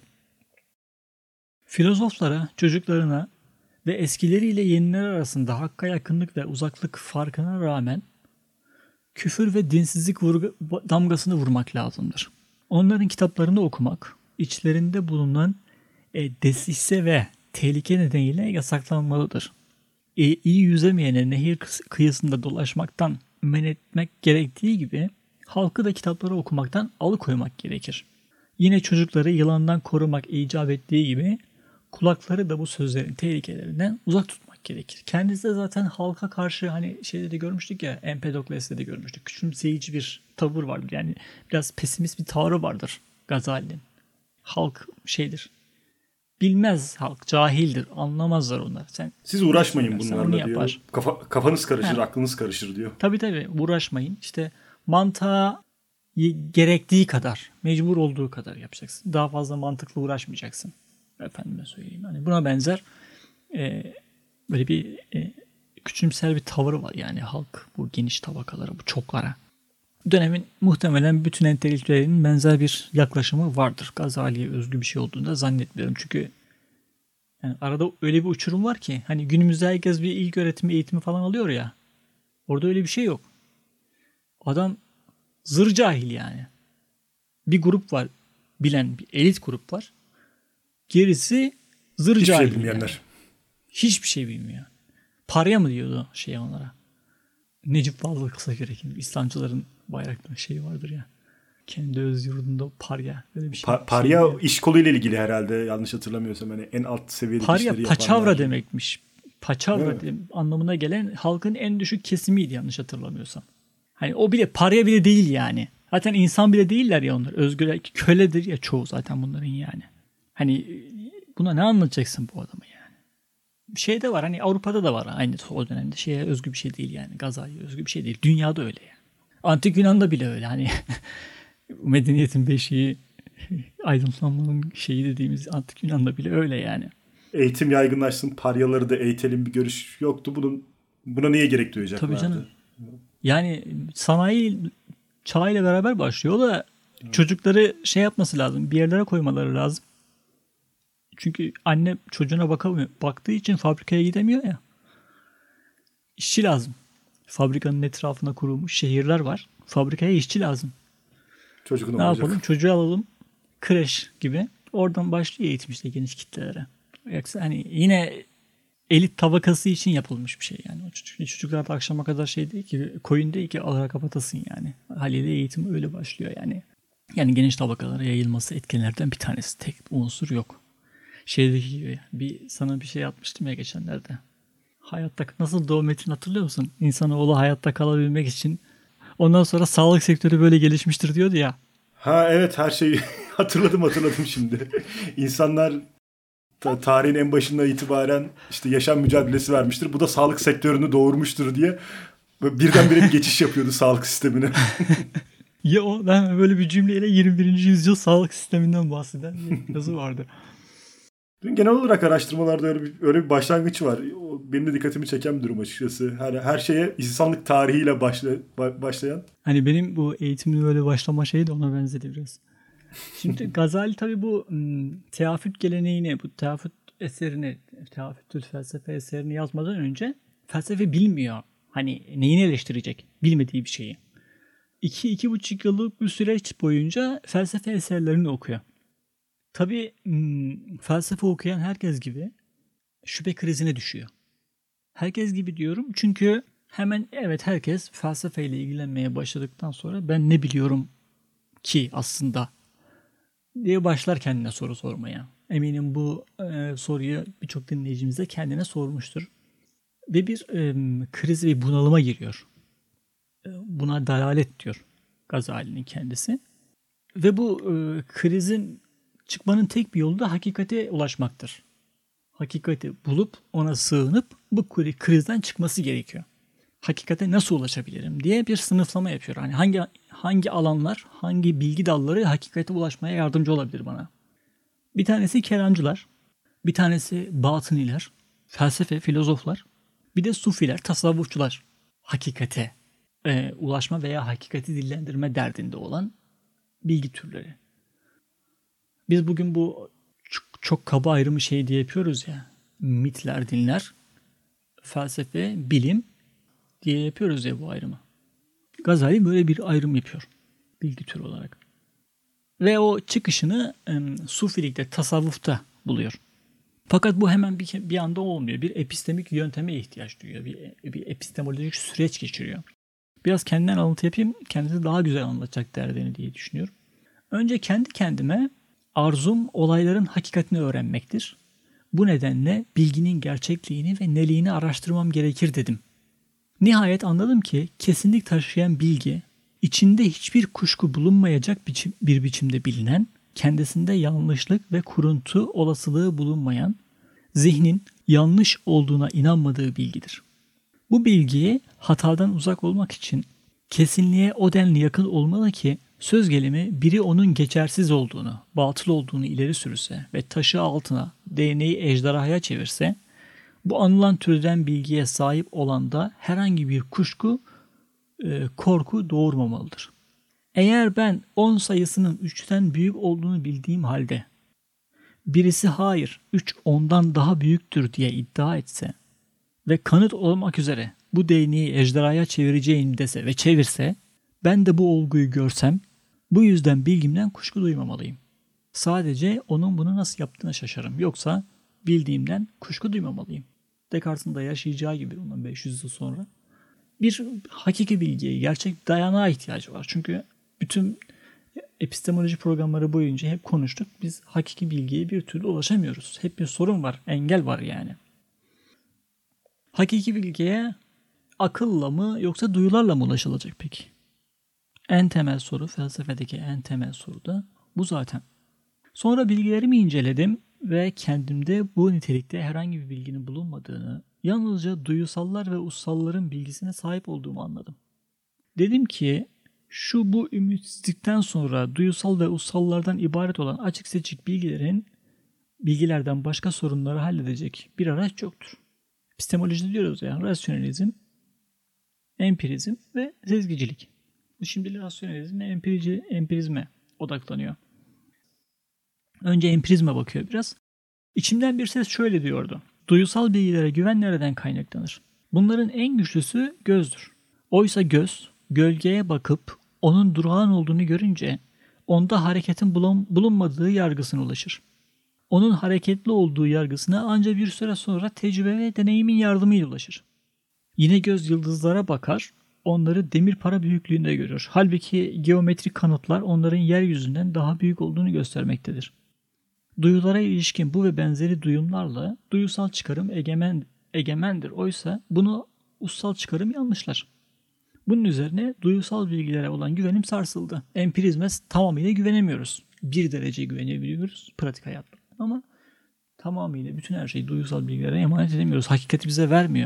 Filozoflara, çocuklarına ve eskileriyle yeniler arasında hakka yakınlık ve uzaklık farkına rağmen küfür ve dinsizlik damgasını vurmak lazımdır. Onların kitaplarını okumak, içlerinde bulunan desise ve tehlike nedeniyle yasaklanmalıdır. İyi yüzemeyene nehir kıyısında dolaşmaktan men etmek gerektiği gibi halkı da kitapları okumaktan alıkoymak gerekir. Yine çocukları yılandan korumak icap ettiği gibi kulakları da bu sözlerin tehlikelerinden uzak tutmak gerekir. Kendisi de zaten halka karşı hani şeyde de görmüştük ya, Empedokles'te de görmüştük. Küçümseyici bir tavır vardır. Yani biraz pesimist bir tavrı vardır Gazali'nin. Halk şeydir. Bilmez halk, cahildir. Anlamazlar onlar. Siz uğraşmayın bunlarla diyor. Kafanız karışır, aklınız karışır diyor. Tabii uğraşmayın. İşte mantığa gerektiği kadar, mecbur olduğu kadar yapacaksın. Daha fazla mantıkla uğraşmayacaksın. Efendime söyleyeyim. Hani buna benzer böyle bir küçümser bir tavırı var yani halk bu geniş tabakalara, bu çoklara. Dönemin muhtemelen bütün entelektüellerin benzer bir yaklaşımı vardır. Gazali'ye özgü bir şey olduğunu da zannetmiyorum. Çünkü yani arada öyle bir uçurum var ki hani günümüzde herkes bir ilk öğretim eğitimi falan alıyor ya. Orada öyle bir şey yok. Adam zır cahil yani. Bir grup var, bilen bir elit grup var. Gerisi zır cahil. Hiçbir şey bilmeyenler. Yani. Hiçbir şey bilmiyor. Parya mı diyordu onlara? Necip Fazıl Kısakürek. İslamcıların bayrakta şeyi vardır ya. Kendi öz yurdunda parya. Böyle bir şey. Parya iş koluyla ilgili herhalde, yanlış hatırlamıyorsam. Hani en alt seviyede işleri yapanlar. Parya paçavra demekmiş. Paçavra anlamına gelen halkın en düşük kesimiydi yanlış hatırlamıyorsam. Hani o bile parya bile değil yani. Zaten insan bile değiller ya onlar. Özgürler, köledir ya çoğu zaten bunların yani. Hani buna ne anlatacaksın bu adamı yani? Şey de var hani Avrupa'da da var aynı o dönemde. Şeye özgü bir şey değil yani. Gazali'ye özgü bir şey değil. Dünyada öyle yani. Antik Yunan'da bile öyle hani. Medeniyetin beşiği, aydınlanmanın şeyi dediğimiz Antik Yunan'da bile öyle yani. Eğitim yaygınlaşsın, paryaları da eğitelim bir görüş yoktu. Buna niye gerek duyacaklardı? Tabii canım. Yani sanayi çağıyla beraber başlıyor. O da çocukları şey yapması lazım. Bir yerlere koymaları lazım. Çünkü anne çocuğuna bakamıyor. Baktığı için fabrikaya gidemiyor ya. İşçi lazım. Fabrikanın etrafına kurulmuş şehirler var. Fabrikaya işçi lazım. Çocuk ne yapalım? Çocuğu alalım. Kreş gibi. Oradan başlıyor eğitim işte geniş kitlelere. Yoksa hani yine elit tabakası için yapılmış bir şey yani. O çocuklar da akşama kadar şey değil ki, koyun değil ki alarak kapatasın yani. Haliyle eğitim öyle başlıyor yani. Yani geniş tabakalara yayılması etkenlerden bir tanesi. Tek unsur yok. Şeydeki gibi sana bir şey atmıştım ya geçenlerde. Hayatta nasıl doğum metrini hatırlıyor musun? İnsanoğlu hayatta kalabilmek için ondan sonra sağlık sektörü böyle gelişmiştir diyordu ya. Ha evet, her şeyi hatırladım şimdi. İnsanlar tarihin en başından itibaren işte yaşam mücadelesi vermiştir. Bu da sağlık sektörünü doğurmuştur diye birdenbire bir geçiş yapıyordu sağlık sistemine. Ya ben böyle bir cümleyle 21. yüzyıl sağlık sisteminden bahseden bir yazı vardı. Genel olarak araştırmalarda öyle bir başlangıç var. Benim de dikkatimi çeken bir durum açıkçası. Her şeye insanlık tarihiyle başlayan. Hani benim bu eğitimin böyle başlama şeyi de ona benzedi biraz. Şimdi Gazali tabii bu teafüt geleneğini, bu teafüt eserini, teafütül felsefe eserini yazmadan önce felsefe bilmiyor. Hani neyini eleştirecek? Bilmediği bir şeyi. 2,5 yıllık bir süreç boyunca felsefe eserlerini okuyor. Tabii felsefe okuyan herkes gibi şüphe krizine düşüyor. Herkes gibi diyorum çünkü hemen evet herkes felsefeyle ilgilenmeye başladıktan sonra ben ne biliyorum ki aslında diye başlar kendine soru sormaya. Eminim bu soruyu birçok dinleyicimiz de kendine sormuştur. Ve bir kriz ve bunalıma giriyor. Buna dalalet diyor Gazali'nin kendisi. Ve bu krizin çıkmanın tek bir yolu da hakikate ulaşmaktır. Hakikati bulup ona sığınıp bu krizden çıkması gerekiyor. Hakikate nasıl ulaşabilirim diye bir sınıflama yapıyor. Hani hangi alanlar, hangi bilgi dalları hakikate ulaşmaya yardımcı olabilir bana? Bir tanesi kelamcılar, bir tanesi batıniler, felsefe, filozoflar, bir de sufiler, tasavvufçular. Hakikate ulaşma veya hakikati dillendirme derdinde olan bilgi türleri. Biz bugün bu çok kaba ayrımı şey diye yapıyoruz ya. Mitler, dinler, felsefe, bilim diye yapıyoruz ya bu ayrımı. Gazali böyle bir ayrım yapıyor bilgi türü olarak. Ve o çıkışını Sufilikte, tasavvufta buluyor. Fakat bu hemen bir anda olmuyor. Bir epistemik yönteme ihtiyaç duyuyor. Bir epistemolojik süreç geçiriyor. Biraz kendinden alıntı yapayım. Kendisi daha güzel anlatacak derdini diye düşünüyorum. Önce kendi kendime arzum olayların hakikatini öğrenmektir. Bu nedenle bilginin gerçekliğini ve neliğini araştırmam gerekir dedim. Nihayet anladım ki kesinlik taşıyan bilgi, içinde hiçbir kuşku bulunmayacak bir biçimde bilinen, kendisinde yanlışlık ve kuruntu olasılığı bulunmayan, zihnin yanlış olduğuna inanmadığı bilgidir. Bu bilgiyi hatadan uzak olmak için kesinliğe o denli yakın olmalı ki söz gelimi biri onun geçersiz olduğunu, batıl olduğunu ileri sürse ve taşı altına değneği ejderhaya çevirse, bu anılan türden bilgiye sahip olan da herhangi bir kuşku, korku doğurmamalıdır. Eğer ben 10 sayısının 3'ten büyük olduğunu bildiğim halde birisi hayır 3 10'dan daha büyüktür diye iddia etse ve kanıt olmak üzere bu değneği ejderhaya çevireceğim dese ve çevirse, ben de bu olguyu görsem bu yüzden bilgimden kuşku duymamalıyım. Sadece onun bunu nasıl yaptığına şaşarım. Yoksa bildiğimden kuşku duymamalıyım. Descartes'in de yaşayacağı gibi ondan 500 yıl sonra bir hakiki bilgiye, gerçek dayanağa ihtiyacı var. Çünkü bütün epistemoloji programları boyunca hep konuştuk. Biz hakiki bilgiye bir türlü ulaşamıyoruz. Hep bir sorun var, engel var yani. Hakiki bilgiye akılla mı yoksa duyularla mı ulaşılacak peki? En temel soru, felsefedeki en temel soru da bu zaten. Sonra bilgilerimi inceledim ve kendimde bu nitelikte herhangi bir bilginin bulunmadığını, yalnızca duyusallar ve ussalların bilgisine sahip olduğumu anladım. Dedim ki bu ümitsizlikten sonra duyusal ve ussallardan ibaret olan açık seçik bilgilerden başka sorunları halledecek bir araç yoktur. Epistemolojide diyoruz ya, rasyonalizm, empirizm ve sezgicilik. Şimdi rasyonalizm ve empirizme odaklanıyor. Önce empirizme bakıyor biraz. İçimden bir ses şöyle diyordu. Duyusal bilgilere güven nereden kaynaklanır? Bunların en güçlüsü gözdür. Oysa göz, gölgeye bakıp onun durağan olduğunu görünce onda hareketin bulunmadığı yargısına ulaşır. Onun hareketli olduğu yargısına ancak bir süre sonra tecrübe ve deneyimin yardımıyla ulaşır. Yine göz yıldızlara bakar, onları demir para büyüklüğünde görür. Halbuki geometrik kanıtlar onların yeryüzünden daha büyük olduğunu göstermektedir. Duyulara ilişkin bu ve benzeri duyumlarla duyusal çıkarım egemendir. Oysa bunu ussal çıkarım yanlışlar. Bunun üzerine duyusal bilgilere olan güvenim sarsıldı. Empirizme tamamıyla güvenemiyoruz. 1 derece güvenebiliyoruz pratik hayatta. Ama tamamıyla bütün her şeyi duyusal bilgilere emanet edemiyoruz. Hakikati bize vermiyor.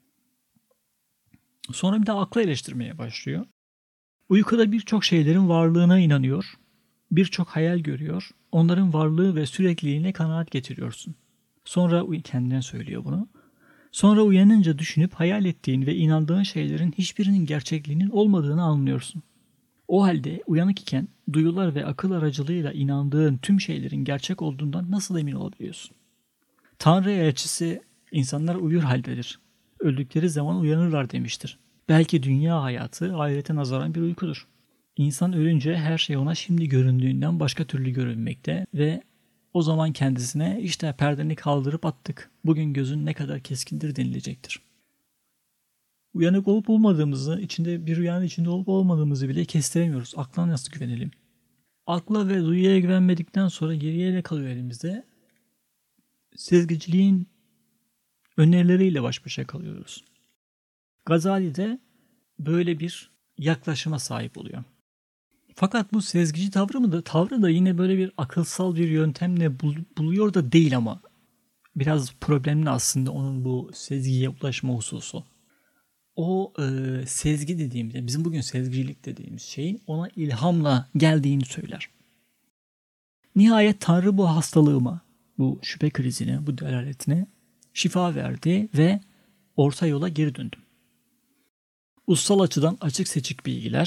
Sonra bir de akla eleştirmeye başlıyor. Uykuda birçok şeylerin varlığına inanıyor. Birçok hayal görüyor. Onların varlığı ve sürekliliğine kanaat getiriyorsun. Sonra kendine söylüyor bunu. Sonra uyanınca düşünüp hayal ettiğin ve inandığın şeylerin hiçbirinin gerçekliğinin olmadığını anlıyorsun. O halde uyanık iken duyular ve akıl aracılığıyla inandığın tüm şeylerin gerçek olduğundan nasıl emin olabiliyorsun? Tanrı elçisi insanlar uyur haldedir. Öldükleri zaman uyanırlar demiştir. Belki dünya hayatı ahirete nazaran bir uykudur. İnsan ölünce her şey ona şimdi göründüğünden başka türlü görünmekte ve o zaman kendisine işte perdeni kaldırıp attık. Bugün gözün ne kadar keskindir denilecektir. Uyanık olup olmadığımızı, bir rüyanın içinde olup olmadığımızı bile kestiremiyoruz. Akla nasıl güvenelim? Akla ve duyuya güvenmedikten sonra geriye ne kalıyor elimizde? Sezgiciliğin önerileriyle baş başa kalıyoruz. Gazali de böyle bir yaklaşıma sahip oluyor. Fakat bu sezgici tavrı da yine böyle bir akılsal bir yöntemle buluyor da değil ama biraz problemli aslında onun bu sezgiye ulaşma hususu. O sezgi dediğimizde, bizim bugün sezgicilik dediğimiz şeyin ona ilhamla geldiğini söyler. Nihayet Tanrı bu hastalığıma, bu şüphe krizine, bu delaletine şifa verdi ve orta yola geri döndüm. Ussal açıdan açık seçik bilgiler,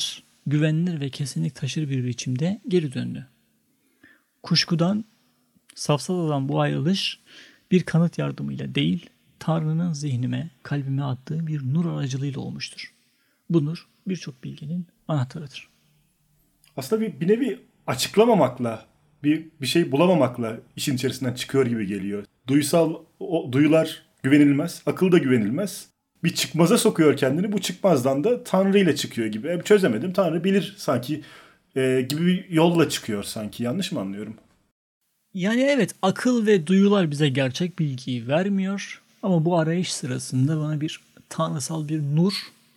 güvenilir ve kesinlik taşır bir biçimde geri döndü. Kuşkudan, safsatadan bu ayrılış bir kanıt yardımıyla değil, Tanrı'nın zihnime, kalbime attığı bir nur aracılığıyla olmuştur. Bu nur birçok bilginin anahtarıdır. Aslında bir nevi açıklamamakla, bir şey bulamamakla işin içerisinden çıkıyor gibi geliyor. Duyular güvenilmez, akıl da güvenilmez. Bir çıkmaza sokuyor kendini. Bu çıkmazdan da Tanrı ile çıkıyor gibi. Çözemedim. Tanrı bilir sanki gibi bir yolla çıkıyor sanki. Yanlış mı anlıyorum? Yani evet, akıl ve duyular bize gerçek bilgiyi vermiyor. Ama bu arayış sırasında bana bir tanrısal bir nur,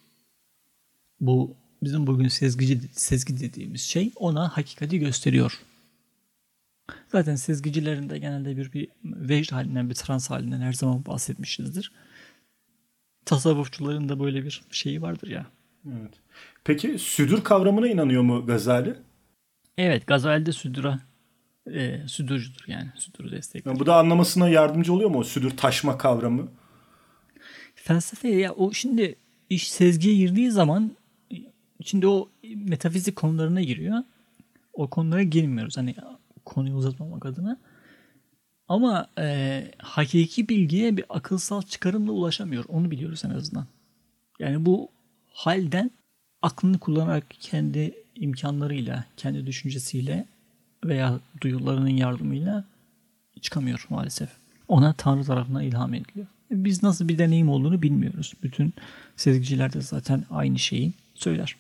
bu bizim bugün sezgi dediğimiz şey, ona hakikati gösteriyor. Zaten sezgicilerin de genelde bir vecd halinden, bir trans halinden her zaman bahsetmişizdir. Tasavvufçuların da böyle bir şeyi vardır ya. Evet. Peki südür kavramına inanıyor mu Gazali? Evet, Gazali'de südürcüdür yani. Südürü destekler. Yani bu da anlamasına yardımcı oluyor mu o südür taşma kavramı? Felsefe ya, o şimdi iş sezgiye girdiği zaman şimdi o metafizik konularına giriyor. O konulara girmiyoruz. Hani konuyu uzatmamak adına. Ama hakiki bilgiye bir akılsal çıkarımla ulaşamıyor. Onu biliyoruz en azından. Yani bu halden aklını kullanarak kendi imkanlarıyla, kendi düşüncesiyle veya duyularının yardımıyla çıkamıyor maalesef. Ona Tanrı tarafından ilham ediliyor. Biz nasıl bir deneyim olduğunu bilmiyoruz. Bütün sezgiciler de zaten aynı şeyi söyler.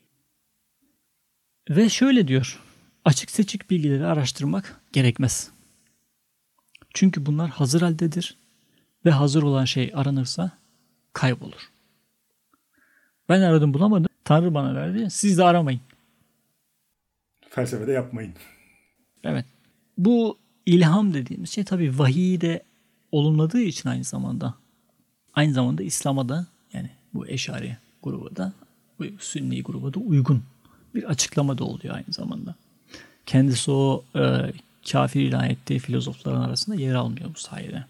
Ve şöyle diyor: açık seçik bilgileri araştırmak gerekmez. Çünkü bunlar hazır haldedir ve hazır olan şey aranırsa kaybolur. Ben aradım, bulamadım. Tanrı bana verdi. Siz de aramayın. Felsefede yapmayın. Evet. Bu ilham dediğimiz şey tabii vahiyi de olumladığı için aynı zamanda İslam'a da, yani bu Eşari grubu da, bu Sünni grubu da uygun bir açıklama da oluyor aynı zamanda. Kendisi o kafir ilan ettiği filozofların arasında yer almıyor bu sayede.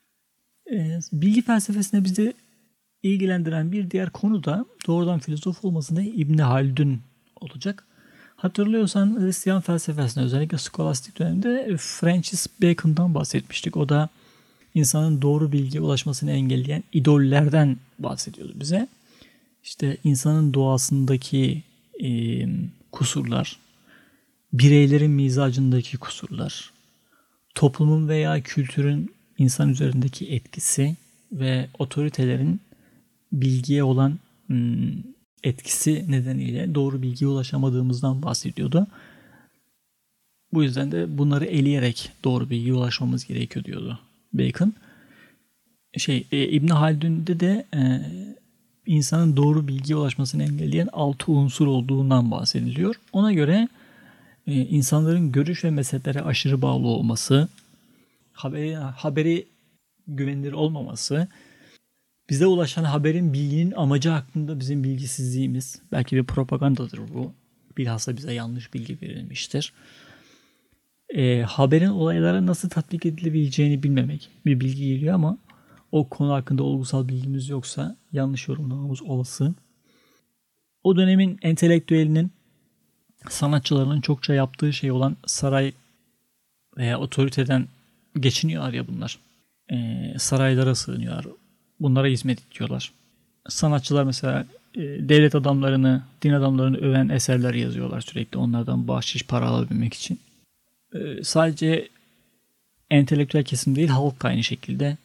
Bilgi felsefesine bizi ilgilendiren bir diğer konu da doğrudan filozof olmasında İbn Haldun olacak. Hatırlıyorsan Hristiyan felsefesinde, özellikle skolastik dönemde Francis Bacon'dan bahsetmiştik. O da insanın doğru bilgiye ulaşmasını engelleyen idollerden bahsediyordu bize. İşte insanın doğasındaki kusurlar, bireylerin mizacındaki kusurlar, toplumun veya kültürün insan üzerindeki etkisi ve otoritelerin bilgiye olan etkisi nedeniyle doğru bilgiye ulaşamadığımızdan bahsediyordu. Bu yüzden de bunları eleyerek doğru bilgiye ulaşmamız gerekiyor diyordu Bacon. İbn Haldun'de de insanın doğru bilgiye ulaşmasını engelleyen 6 unsur olduğundan bahsediliyor. Ona göre insanların görüş ve mezheplere aşırı bağlı olması, haberi güvenilir olmaması, bize ulaşan haberin, bilginin amacı hakkında bizim bilgisizliğimiz, belki bir propagandadır bu. Bilhassa bize yanlış bilgi verilmiştir. Haberin olaylara nasıl tatbik edilebileceğini bilmemek bir bilgi geliyor ama o konu hakkında olgusal bilgimiz yoksa yanlış yorumlamamız olası. O dönemin entelektüelinin, sanatçılarının çokça yaptığı şey olan saray veya otoriteden geçiniyorlar ya bunlar. Saraylara sığınıyorlar. Bunlara hizmet ediyorlar. Sanatçılar mesela devlet adamlarını, din adamlarını öven eserler yazıyorlar sürekli, onlardan bahşiş para alabilmek için. Sadece entelektüel kesim değil, halk da aynı şekilde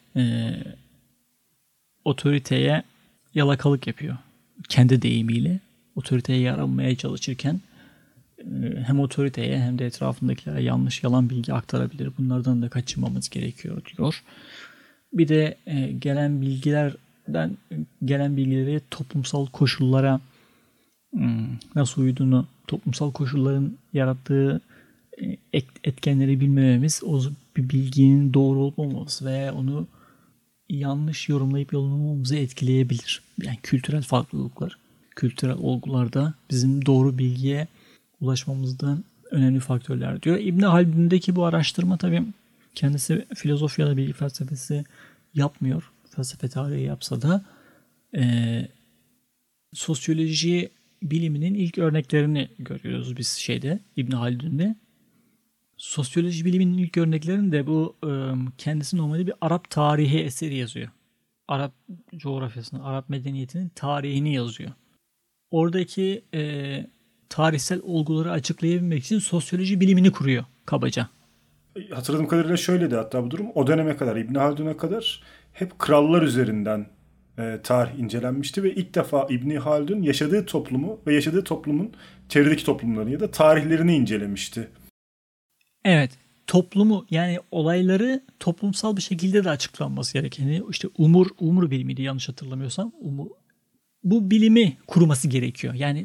otoriteye yalakalık yapıyor. Kendi deyimiyle otoriteye yaranmaya çalışırken hem otoriteye hem de etrafındakilere yanlış, yalan bilgi aktarabilir. Bunlardan da kaçınmamız gerekiyor diyor. Bir de gelen bilgileri toplumsal koşullara nasıl uyduğunu, toplumsal koşulların yarattığı etkenleri bilmememiz, o bir bilginin doğru olup olmaması veya onu yanlış yorumlayıp yorumlamamızı etkileyebilir. Yani kültürel farklılıklar, kültürel olgularda bizim doğru bilgiye ulaşmamızdan önemli faktörler diyor. İbn Haldun'daki bu araştırma, tabii kendisi filozofi ya da bilgi felsefesi yapmıyor. Felsefe tarihi yapsa da sosyoloji biliminin ilk örneklerini görüyoruz biz İbn Haldun'de. Sosyoloji biliminin ilk örneklerini de bu kendisi normalde bir Arap tarihi eseri yazıyor. Arap coğrafyasını, Arap medeniyetinin tarihini yazıyor. Oradaki tarihsel olguları açıklayabilmek için sosyoloji bilimini kuruyor kabaca. Hatırladığım kadarıyla şöyleydi hatta bu durum. O döneme kadar, İbn Haldun'a kadar hep krallar üzerinden tarih incelenmişti ve ilk defa İbn Haldun yaşadığı toplumu ve yaşadığı toplumun çevredeki toplumlarını ya da tarihlerini incelemişti. Evet, toplumu yani olayları toplumsal bir şekilde de açıklanması gerekeni işte umur bilimiydi yanlış hatırlamıyorsam. Bu bilimi kurması gerekiyor. Yani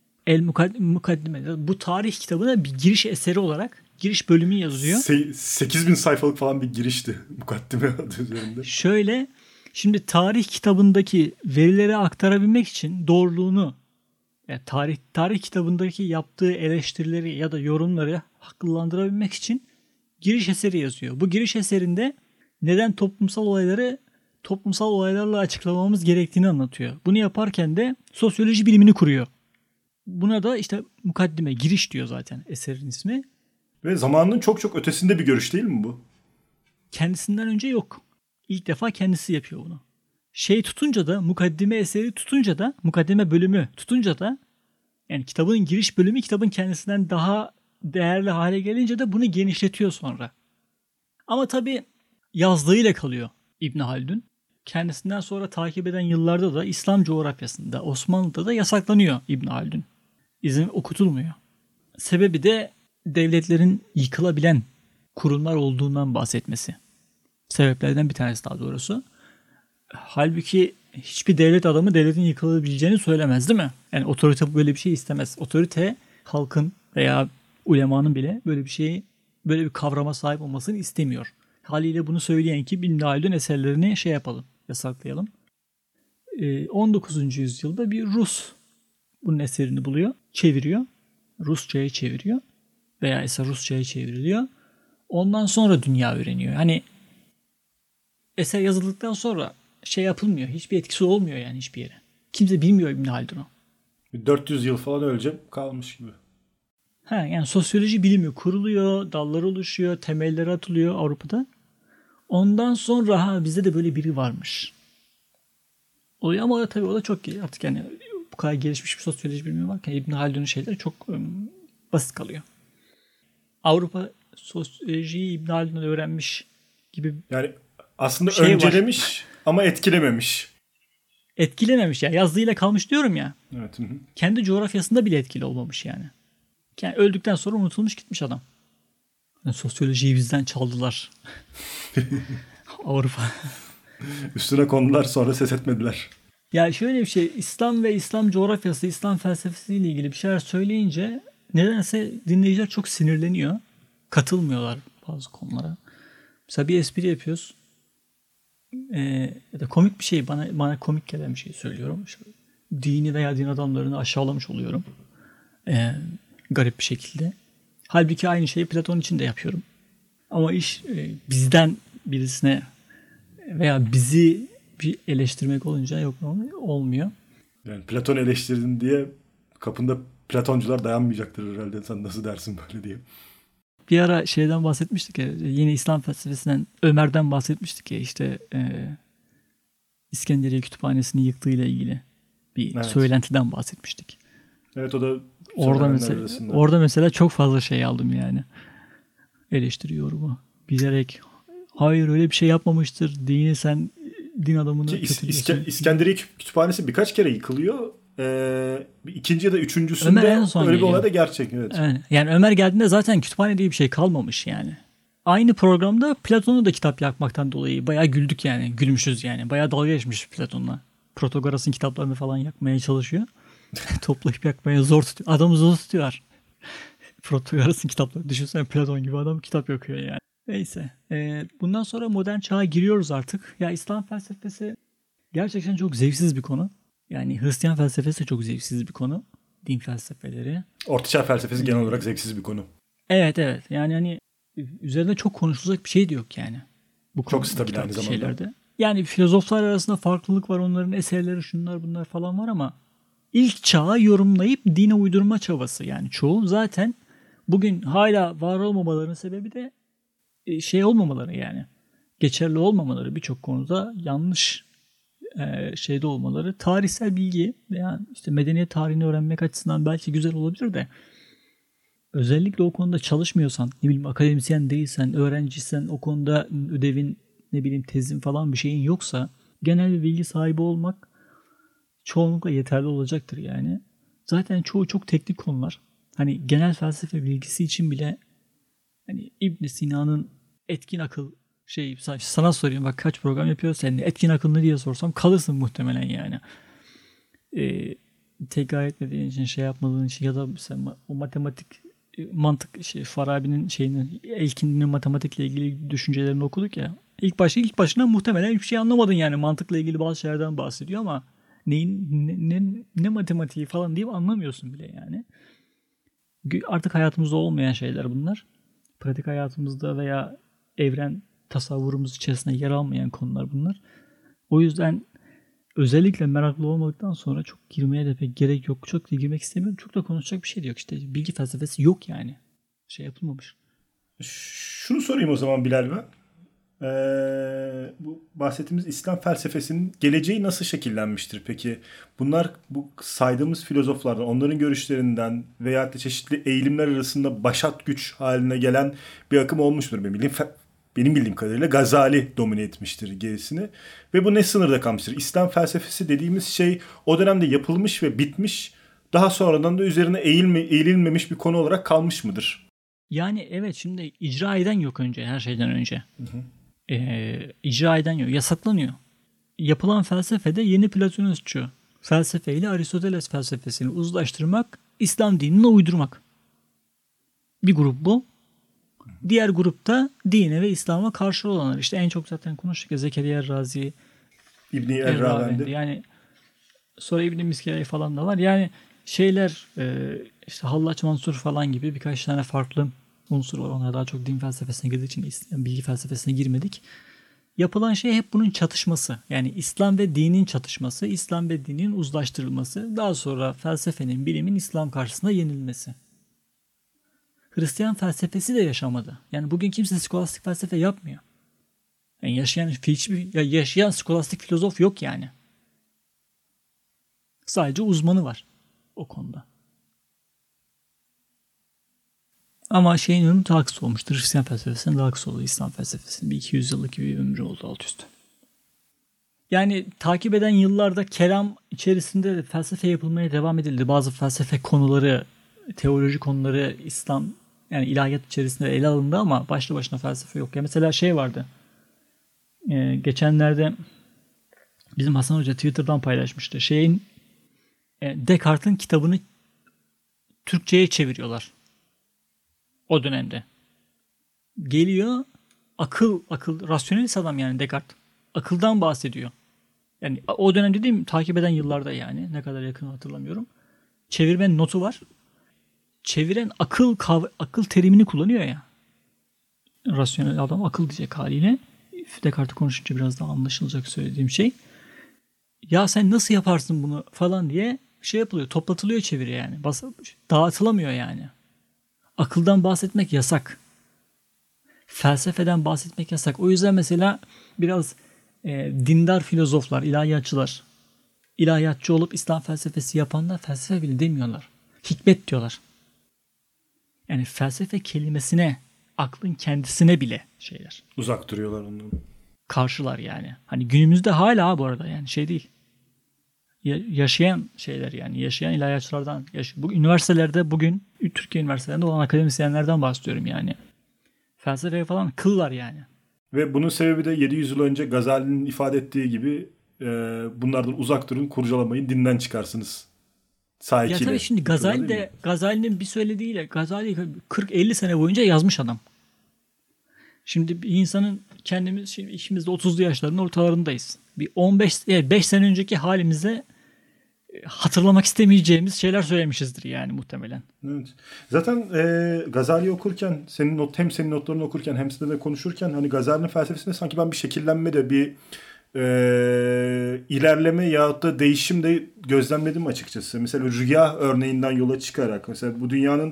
mukaddime bu tarih kitabına bir giriş eseri olarak giriş bölümü yazıyor. 8000 sayfalık falan bir girişti mukaddime adı üzerinde. Şöyle şimdi tarih kitabındaki verileri aktarabilmek için doğruluğunu yani tarih kitabındaki yaptığı eleştirileri ya da yorumları haklılandırabilmek için giriş eseri yazıyor. Bu giriş eserinde neden toplumsal olaylarla açıklamamız gerektiğini anlatıyor. Bunu yaparken de sosyoloji bilimini kuruyor. Buna da işte mukaddime, giriş diyor zaten eserin ismi. Ve zamanının çok çok ötesinde bir görüş değil mi bu? Kendisinden önce yok. İlk defa kendisi yapıyor bunu. Tutunca da mukaddime bölümü tutunca da yani kitabın giriş bölümü kitabın kendisinden daha değerli hale gelince de bunu genişletiyor sonra. Ama tabii yazdığıyla kalıyor İbn Haldun. Kendisinden sonra takip eden yıllarda da İslam coğrafyasında, Osmanlı'da da yasaklanıyor İbn Haldun. İzin okutulmuyor. Sebebi de devletlerin yıkılabilen kurumlar olduğundan bahsetmesi. Sebeplerden bir tanesi daha doğrusu. Halbuki hiçbir devlet adamı devletin yıkılabileceğini söylemez değil mi? Yani otorite böyle bir şey istemez. Otorite halkın veya ulemanın bile böyle bir kavrama sahip olmasını istemiyor. Haliyle bunu söyleyen ki İbn Haldun eserlerini yasaklayalım. 19. yüzyılda bir Rus bunun eserini buluyor, çeviriyor. Rusça'ya çeviriyor veya eser Rusça'ya çevriliyor. Ondan sonra dünya öğreniyor. Hani eser yazıldıktan sonra yapılmıyor. Hiçbir etkisi olmuyor yani hiçbir yere. Kimse bilmiyor İbn Haldun'u. 400 yıl falan öleceğim kalmış gibi. Yani sosyoloji bilimi kuruluyor, dalları oluşuyor, temelleri atılıyor Avrupa'da. Ondan sonra bizde de böyle biri varmış. Oluyor ama tabii o da çok artık yani bu kadar gelişmiş bir sosyoloji bilimi varken İbn Haldun'un şeyleri çok basit kalıyor. Avrupa sosyolojiyi İbn Haldun'dan öğrenmiş gibi. Yani aslında öncelemiş var. Ama etkilememiş. Etkilememiş ya. Yazdığıyla kalmış diyorum ya. Evet. Kendi coğrafyasında bile etkili olmamış yani. Yani öldükten sonra unutulmuş gitmiş adam. Yani sosyolojiyi bizden çaldılar. Avrupa. Üstüne kondular sonra ses etmediler. Ya şöyle bir şey. İslam ve İslam coğrafyası, İslam felsefesiyle ilgili bir şeyler söyleyince nedense dinleyiciler çok sinirleniyor. Katılmıyorlar bazı konulara. Mesela bir espri yapıyoruz. Ya da komik bir şey. Bana komik gelen bir şey söylüyorum. Dini veya din adamlarını aşağılamış oluyorum. Garip bir şekilde. Halbuki aynı şeyi Platon için de yapıyorum. Ama iş bizden birisine veya bizi bir eleştirmek olunca yok olmuyor. Yani Platon eleştirdin diye kapında Platoncular dayanmayacaktır herhalde. Sen nasıl dersin böyle diye. Bir ara şeyden bahsetmiştik ya. Yeni İslam felsefesinden Ömer'den bahsetmiştik ya. İşte İskenderiye Kütüphanesi'ni yıktığıyla ilgili bir söylentiden bahsetmiştik. Evet o da orada mesela çok fazla şey aldım yani. Eleştiri yorumu. Bilerek hayır öyle bir şey yapmamıştır. Din adamını kötülüyorsun. İskenderiye Kütüphanesi birkaç kere yıkılıyor. İkinci ya da üçüncüsünde öyle bir olay da gerçek. Evet. Yani Ömer geldiğinde zaten kütüphane diye bir şey kalmamış yani. Aynı programda Platon'u da kitap yakmaktan dolayı bayağı güldük yani. Gülmüşüz yani. Bayağı dalga geçmiş Platon'la. Protagoras'ın kitaplarını falan yakmaya çalışıyor. Toplayıp yakmaya zor tutuyor. Adamı zor tutuyor. Protagoras'ın kitapları. Düşünsene Platon gibi adam kitap yakıyor yani. Neyse. Bundan sonra modern çağa giriyoruz artık. Ya İslam felsefesi gerçekten çok zevksiz bir konu. Yani Hristiyan felsefesi de çok zevksiz bir konu. Din felsefeleri. Ortaçağ felsefesi genel olarak zevksiz bir konu. Evet. Yani hani üzerinde çok konuşulacak bir şey de yok yani. Bu çok stabil aynı zamanda. Yani filozoflar arasında farklılık var. Onların eserleri şunlar bunlar falan var ama ilk çağı yorumlayıp dine uydurma çabası. Yani çoğu zaten bugün hala var olmamalarının sebebi de şey olmamaları yani. Geçerli olmamaları, birçok konuda yanlış şeyde olmaları. Tarihsel bilgi veya işte medeniyet tarihini öğrenmek açısından belki güzel olabilir de özellikle o konuda çalışmıyorsan, ne bileyim akademisyen değilsen, öğrenciysen, o konuda ödevin, ne bileyim tezin falan bir şeyin yoksa genel bir bilgi sahibi olmak çoğunlukla yeterli olacaktır yani. Zaten çoğu çok teknik konular. Hani genel felsefe bilgisi için bile hani İbn Sina'nın etkin akıl sana sorayım bak kaç program yapıyoruz seninle. Etkin akıl ne diye sorsam kalırsın muhtemelen yani. Tekrar etmediğin için, şey yapmadığın için ya da mesela o matematik mantık Farabi'nin ilkinin matematikle ilgili düşüncelerini okuduk ya. İlk başına muhtemelen hiçbir şey anlamadın yani. Mantıkla ilgili bazı şeylerden bahsediyor ama ne matematiği falan deyip anlamıyorsun bile yani. Artık hayatımızda olmayan şeyler bunlar. Pratik hayatımızda veya evren tasavvurumuz içerisinde yer almayan konular bunlar. O yüzden özellikle meraklı olmadıktan sonra çok girmeye de pek gerek yok. Çok da girmek istemiyorum. Çok da konuşacak bir şey de yok. İşte bilgi felsefesi yok yani. Şey yapılmamış. Şunu sorayım o zaman Bilal ben. Bu bahsettiğimiz İslam felsefesinin geleceği nasıl şekillenmiştir peki? Bunlar bu saydığımız filozoflardan, onların görüşlerinden veya da çeşitli eğilimler arasında başat güç haline gelen bir akım olmuştur. Benim bildiğim kadarıyla Gazali domine etmiştir gerisini. Ve bu ne sınırda kalmıştır? İslam felsefesi dediğimiz şey o dönemde yapılmış ve bitmiş, daha sonradan da üzerine eğililmemiş bir konu olarak kalmış mıdır? Yani evet, şimdi icra eden yok önce, her şeyden önce. İcra eden yok, yasaklanıyor. Yapılan felsefede yeni Platonistçu felsefeyle Aristoteles felsefesini uzlaştırmak, İslam dinine uydurmak. Bir grup bu. Diğer grupta dine ve İslam'a karşı olanlar. İşte en çok zaten konuştuk ya, Zekeriya Razi, İbn Erravendi. Yani sonra İbn Miskeri falan da var. Yani şeyler işte Hallaç Mansur falan gibi birkaç tane farklı unsur var. Onlar daha çok din felsefesine girdiği için bilgi felsefesine girmedik. Yapılan şey hep bunun çatışması. Yani İslam ve dinin çatışması, İslam ve dinin uzlaştırılması, daha sonra felsefenin, bilimin İslam karşısında yenilmesi. Hristiyan felsefesi de yaşamadı. Yani bugün kimse skolastik felsefe yapmıyor. Yani yaşayan skolastik filozof yok yani. Sadece uzmanı var o konuda. Ama şeyin ömrü daha kısa olmuştur. Hristiyan felsefesinin daha kısa oldu. İslam felsefesinin bir 200 yıllık gibi bir ömrü oldu alt üstü. Yani takip eden yıllarda kelam içerisinde felsefe yapılmaya devam edildi. Bazı felsefe konuları, teoloji konuları İslam, yani ilahiyat içerisinde ele alındı ama başlı başına felsefe yok. Ya mesela şey vardı. Geçenlerde bizim Hasan Hoca Twitter'dan paylaşmıştı. Descartes'in kitabını Türkçe'ye çeviriyorlar. O dönemde. Geliyor akıl, rasyonelist adam yani Descartes. Akıldan bahsediyor. Yani o dönemde değil mi? Takip eden yıllarda yani. Ne kadar yakın hatırlamıyorum. Çevirmen notu var. Çeviren akıl terimini kullanıyor ya. Rasyonel adam akıl diyecek haliyle. Descartes'i konuşunca biraz daha anlaşılacak söylediğim şey. Ya sen nasıl yaparsın bunu falan diye şey yapılıyor. Toplatılıyor çeviri yani. Dağıtılamıyor yani. Akıldan bahsetmek yasak. Felsefeden bahsetmek yasak. O yüzden mesela biraz dindar filozoflar, ilahiyatçılar, ilahiyatçı olup İslam felsefesi yapanlar felsefe bile demiyorlar. Hikmet diyorlar. Yani felsefe kelimesine, aklın kendisine bile şeyler. Uzak duruyorlar ondan. Karşılar yani. Hani günümüzde hala bu arada yani şey değil. Yaşayan şeyler yani. Yaşayan ilahiyatçılardan. Bu üniversitelerde bugün Türkiye üniversitelerinde olan akademisyenlerden bahsediyorum yani. Felsefeye falan kıllar yani. Ve bunun sebebi de 700 yıl önce Gazali'nin ifade ettiği gibi bunlardan uzak durun, kurcalamayın, dinden çıkarsınız. Ya tabii şimdi Gazali'nin bir söylediğiyle Gazali 40-50 sene boyunca yazmış adam. Şimdi bir insanın ikimiz de 30'lu yaşların ortalarındayız. Bir 5 sene önceki halimize hatırlamak istemeyeceğimiz şeyler söylemişizdir yani muhtemelen. Evet. Zaten Gazali okurken hem senin notlarını okurken hem sizinle de konuşurken hani Gazali'nin felsefesinde sanki ben bir şekillenme de bir ilerleme yahut da değişim de gözlemledim açıkçası. Mesela rüya örneğinden yola çıkarak mesela bu dünyanın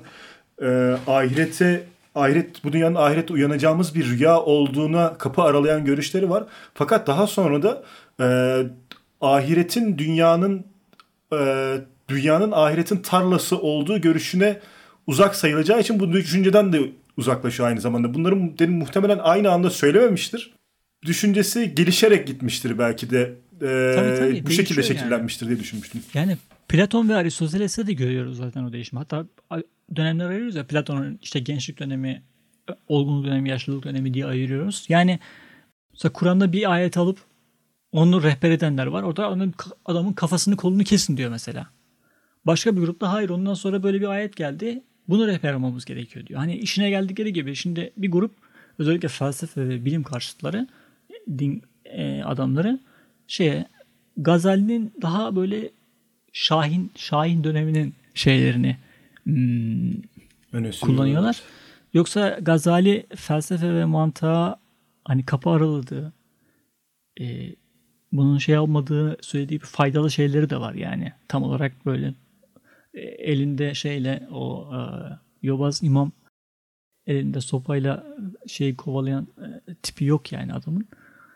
bu dünyanın ahirette uyanacağımız bir rüya olduğuna kapı aralayan görüşleri var. Fakat daha sonra da ahiretin dünyanın ahiretin tarlası olduğu görüşüne uzak sayılacağı için bu düşünceden de uzaklaşıyor aynı zamanda. Bunları dedim muhtemelen aynı anda söylememiştir. Düşüncesi gelişerek gitmiştir belki de. Tabii, bu şekilde yani şekillenmiştir diye düşünmüştüm. Yani Platon ve Aristoteles'te de görüyoruz zaten o değişimi. Hatta dönemler ayırıyoruz ya, Platon'un işte gençlik dönemi, olgunluk dönemi, yaşlılık dönemi diye ayırıyoruz. Yani mesela Kur'an'da bir ayet alıp onu rehber edenler var. Orada adamın kafasını kolunu kesin diyor mesela. Başka bir grupta hayır, ondan sonra böyle bir ayet geldi, bunu rehber almamız gerekiyor diyor. Hani işine geldikleri gibi şimdi bir grup, özellikle felsefe ve bilim karşıtları, din adamları Gazali'nin daha böyle Şahin döneminin şeylerini kullanıyorlar. Yoksa Gazali felsefe ve mantığa hani kapı araladığı, bunun olmadığı söylediği bir faydalı şeyleri de var yani. Tam olarak böyle elinde yobaz imam elinde sopayla kovalayan tipi yok yani adamın.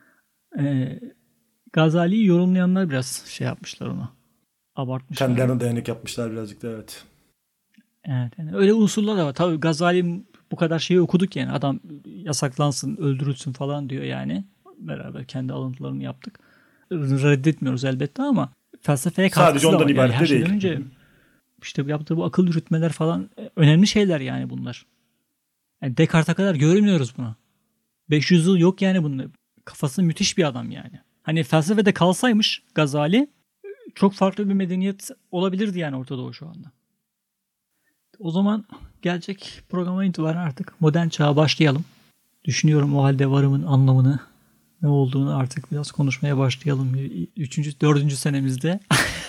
Gazali'yi yorumlayanlar biraz yapmışlar ona. Abartmışlar. Kendilerine dayanık yapmışlar birazcık da, evet. Evet, yani öyle unsurlar da var. Tabii Gazali bu kadar şeyi okuduk yani. Adam yasaklansın, öldürülsün falan diyor yani. Beraber kendi alıntılarını yaptık. Reddetmiyoruz elbette ama felsefeye katkısı da var. Sadece ondan ibaret yani. Her şeyden değil. önce işte yaptığı bu akıl yürütmeler falan önemli şeyler yani bunlar. Yani Descartes'e kadar görmüyoruz bunu. 500 yıl yok yani bunun. Kafası müthiş bir adam yani. Hani felsefede kalsaymış Gazali, çok farklı bir medeniyet olabilirdi yani Orta Doğu şu anda. O zaman gelecek programa itibaren artık modern çağa başlayalım. Düşünüyorum o halde varımın anlamını, ne olduğunu artık biraz konuşmaya başlayalım. 3. 4. senemizde.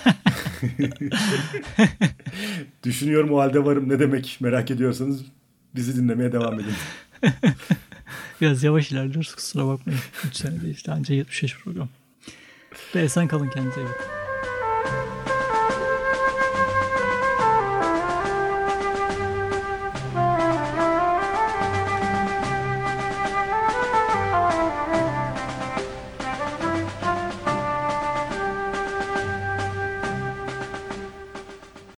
Düşünüyorum o halde varım ne demek, merak ediyorsanız bizi dinlemeye devam edin. Biraz yavaş ilerliyoruz, kusura bakmayın. 3 senede işte anca 75 program. Ve esen kalın, kendinize iyi bakın.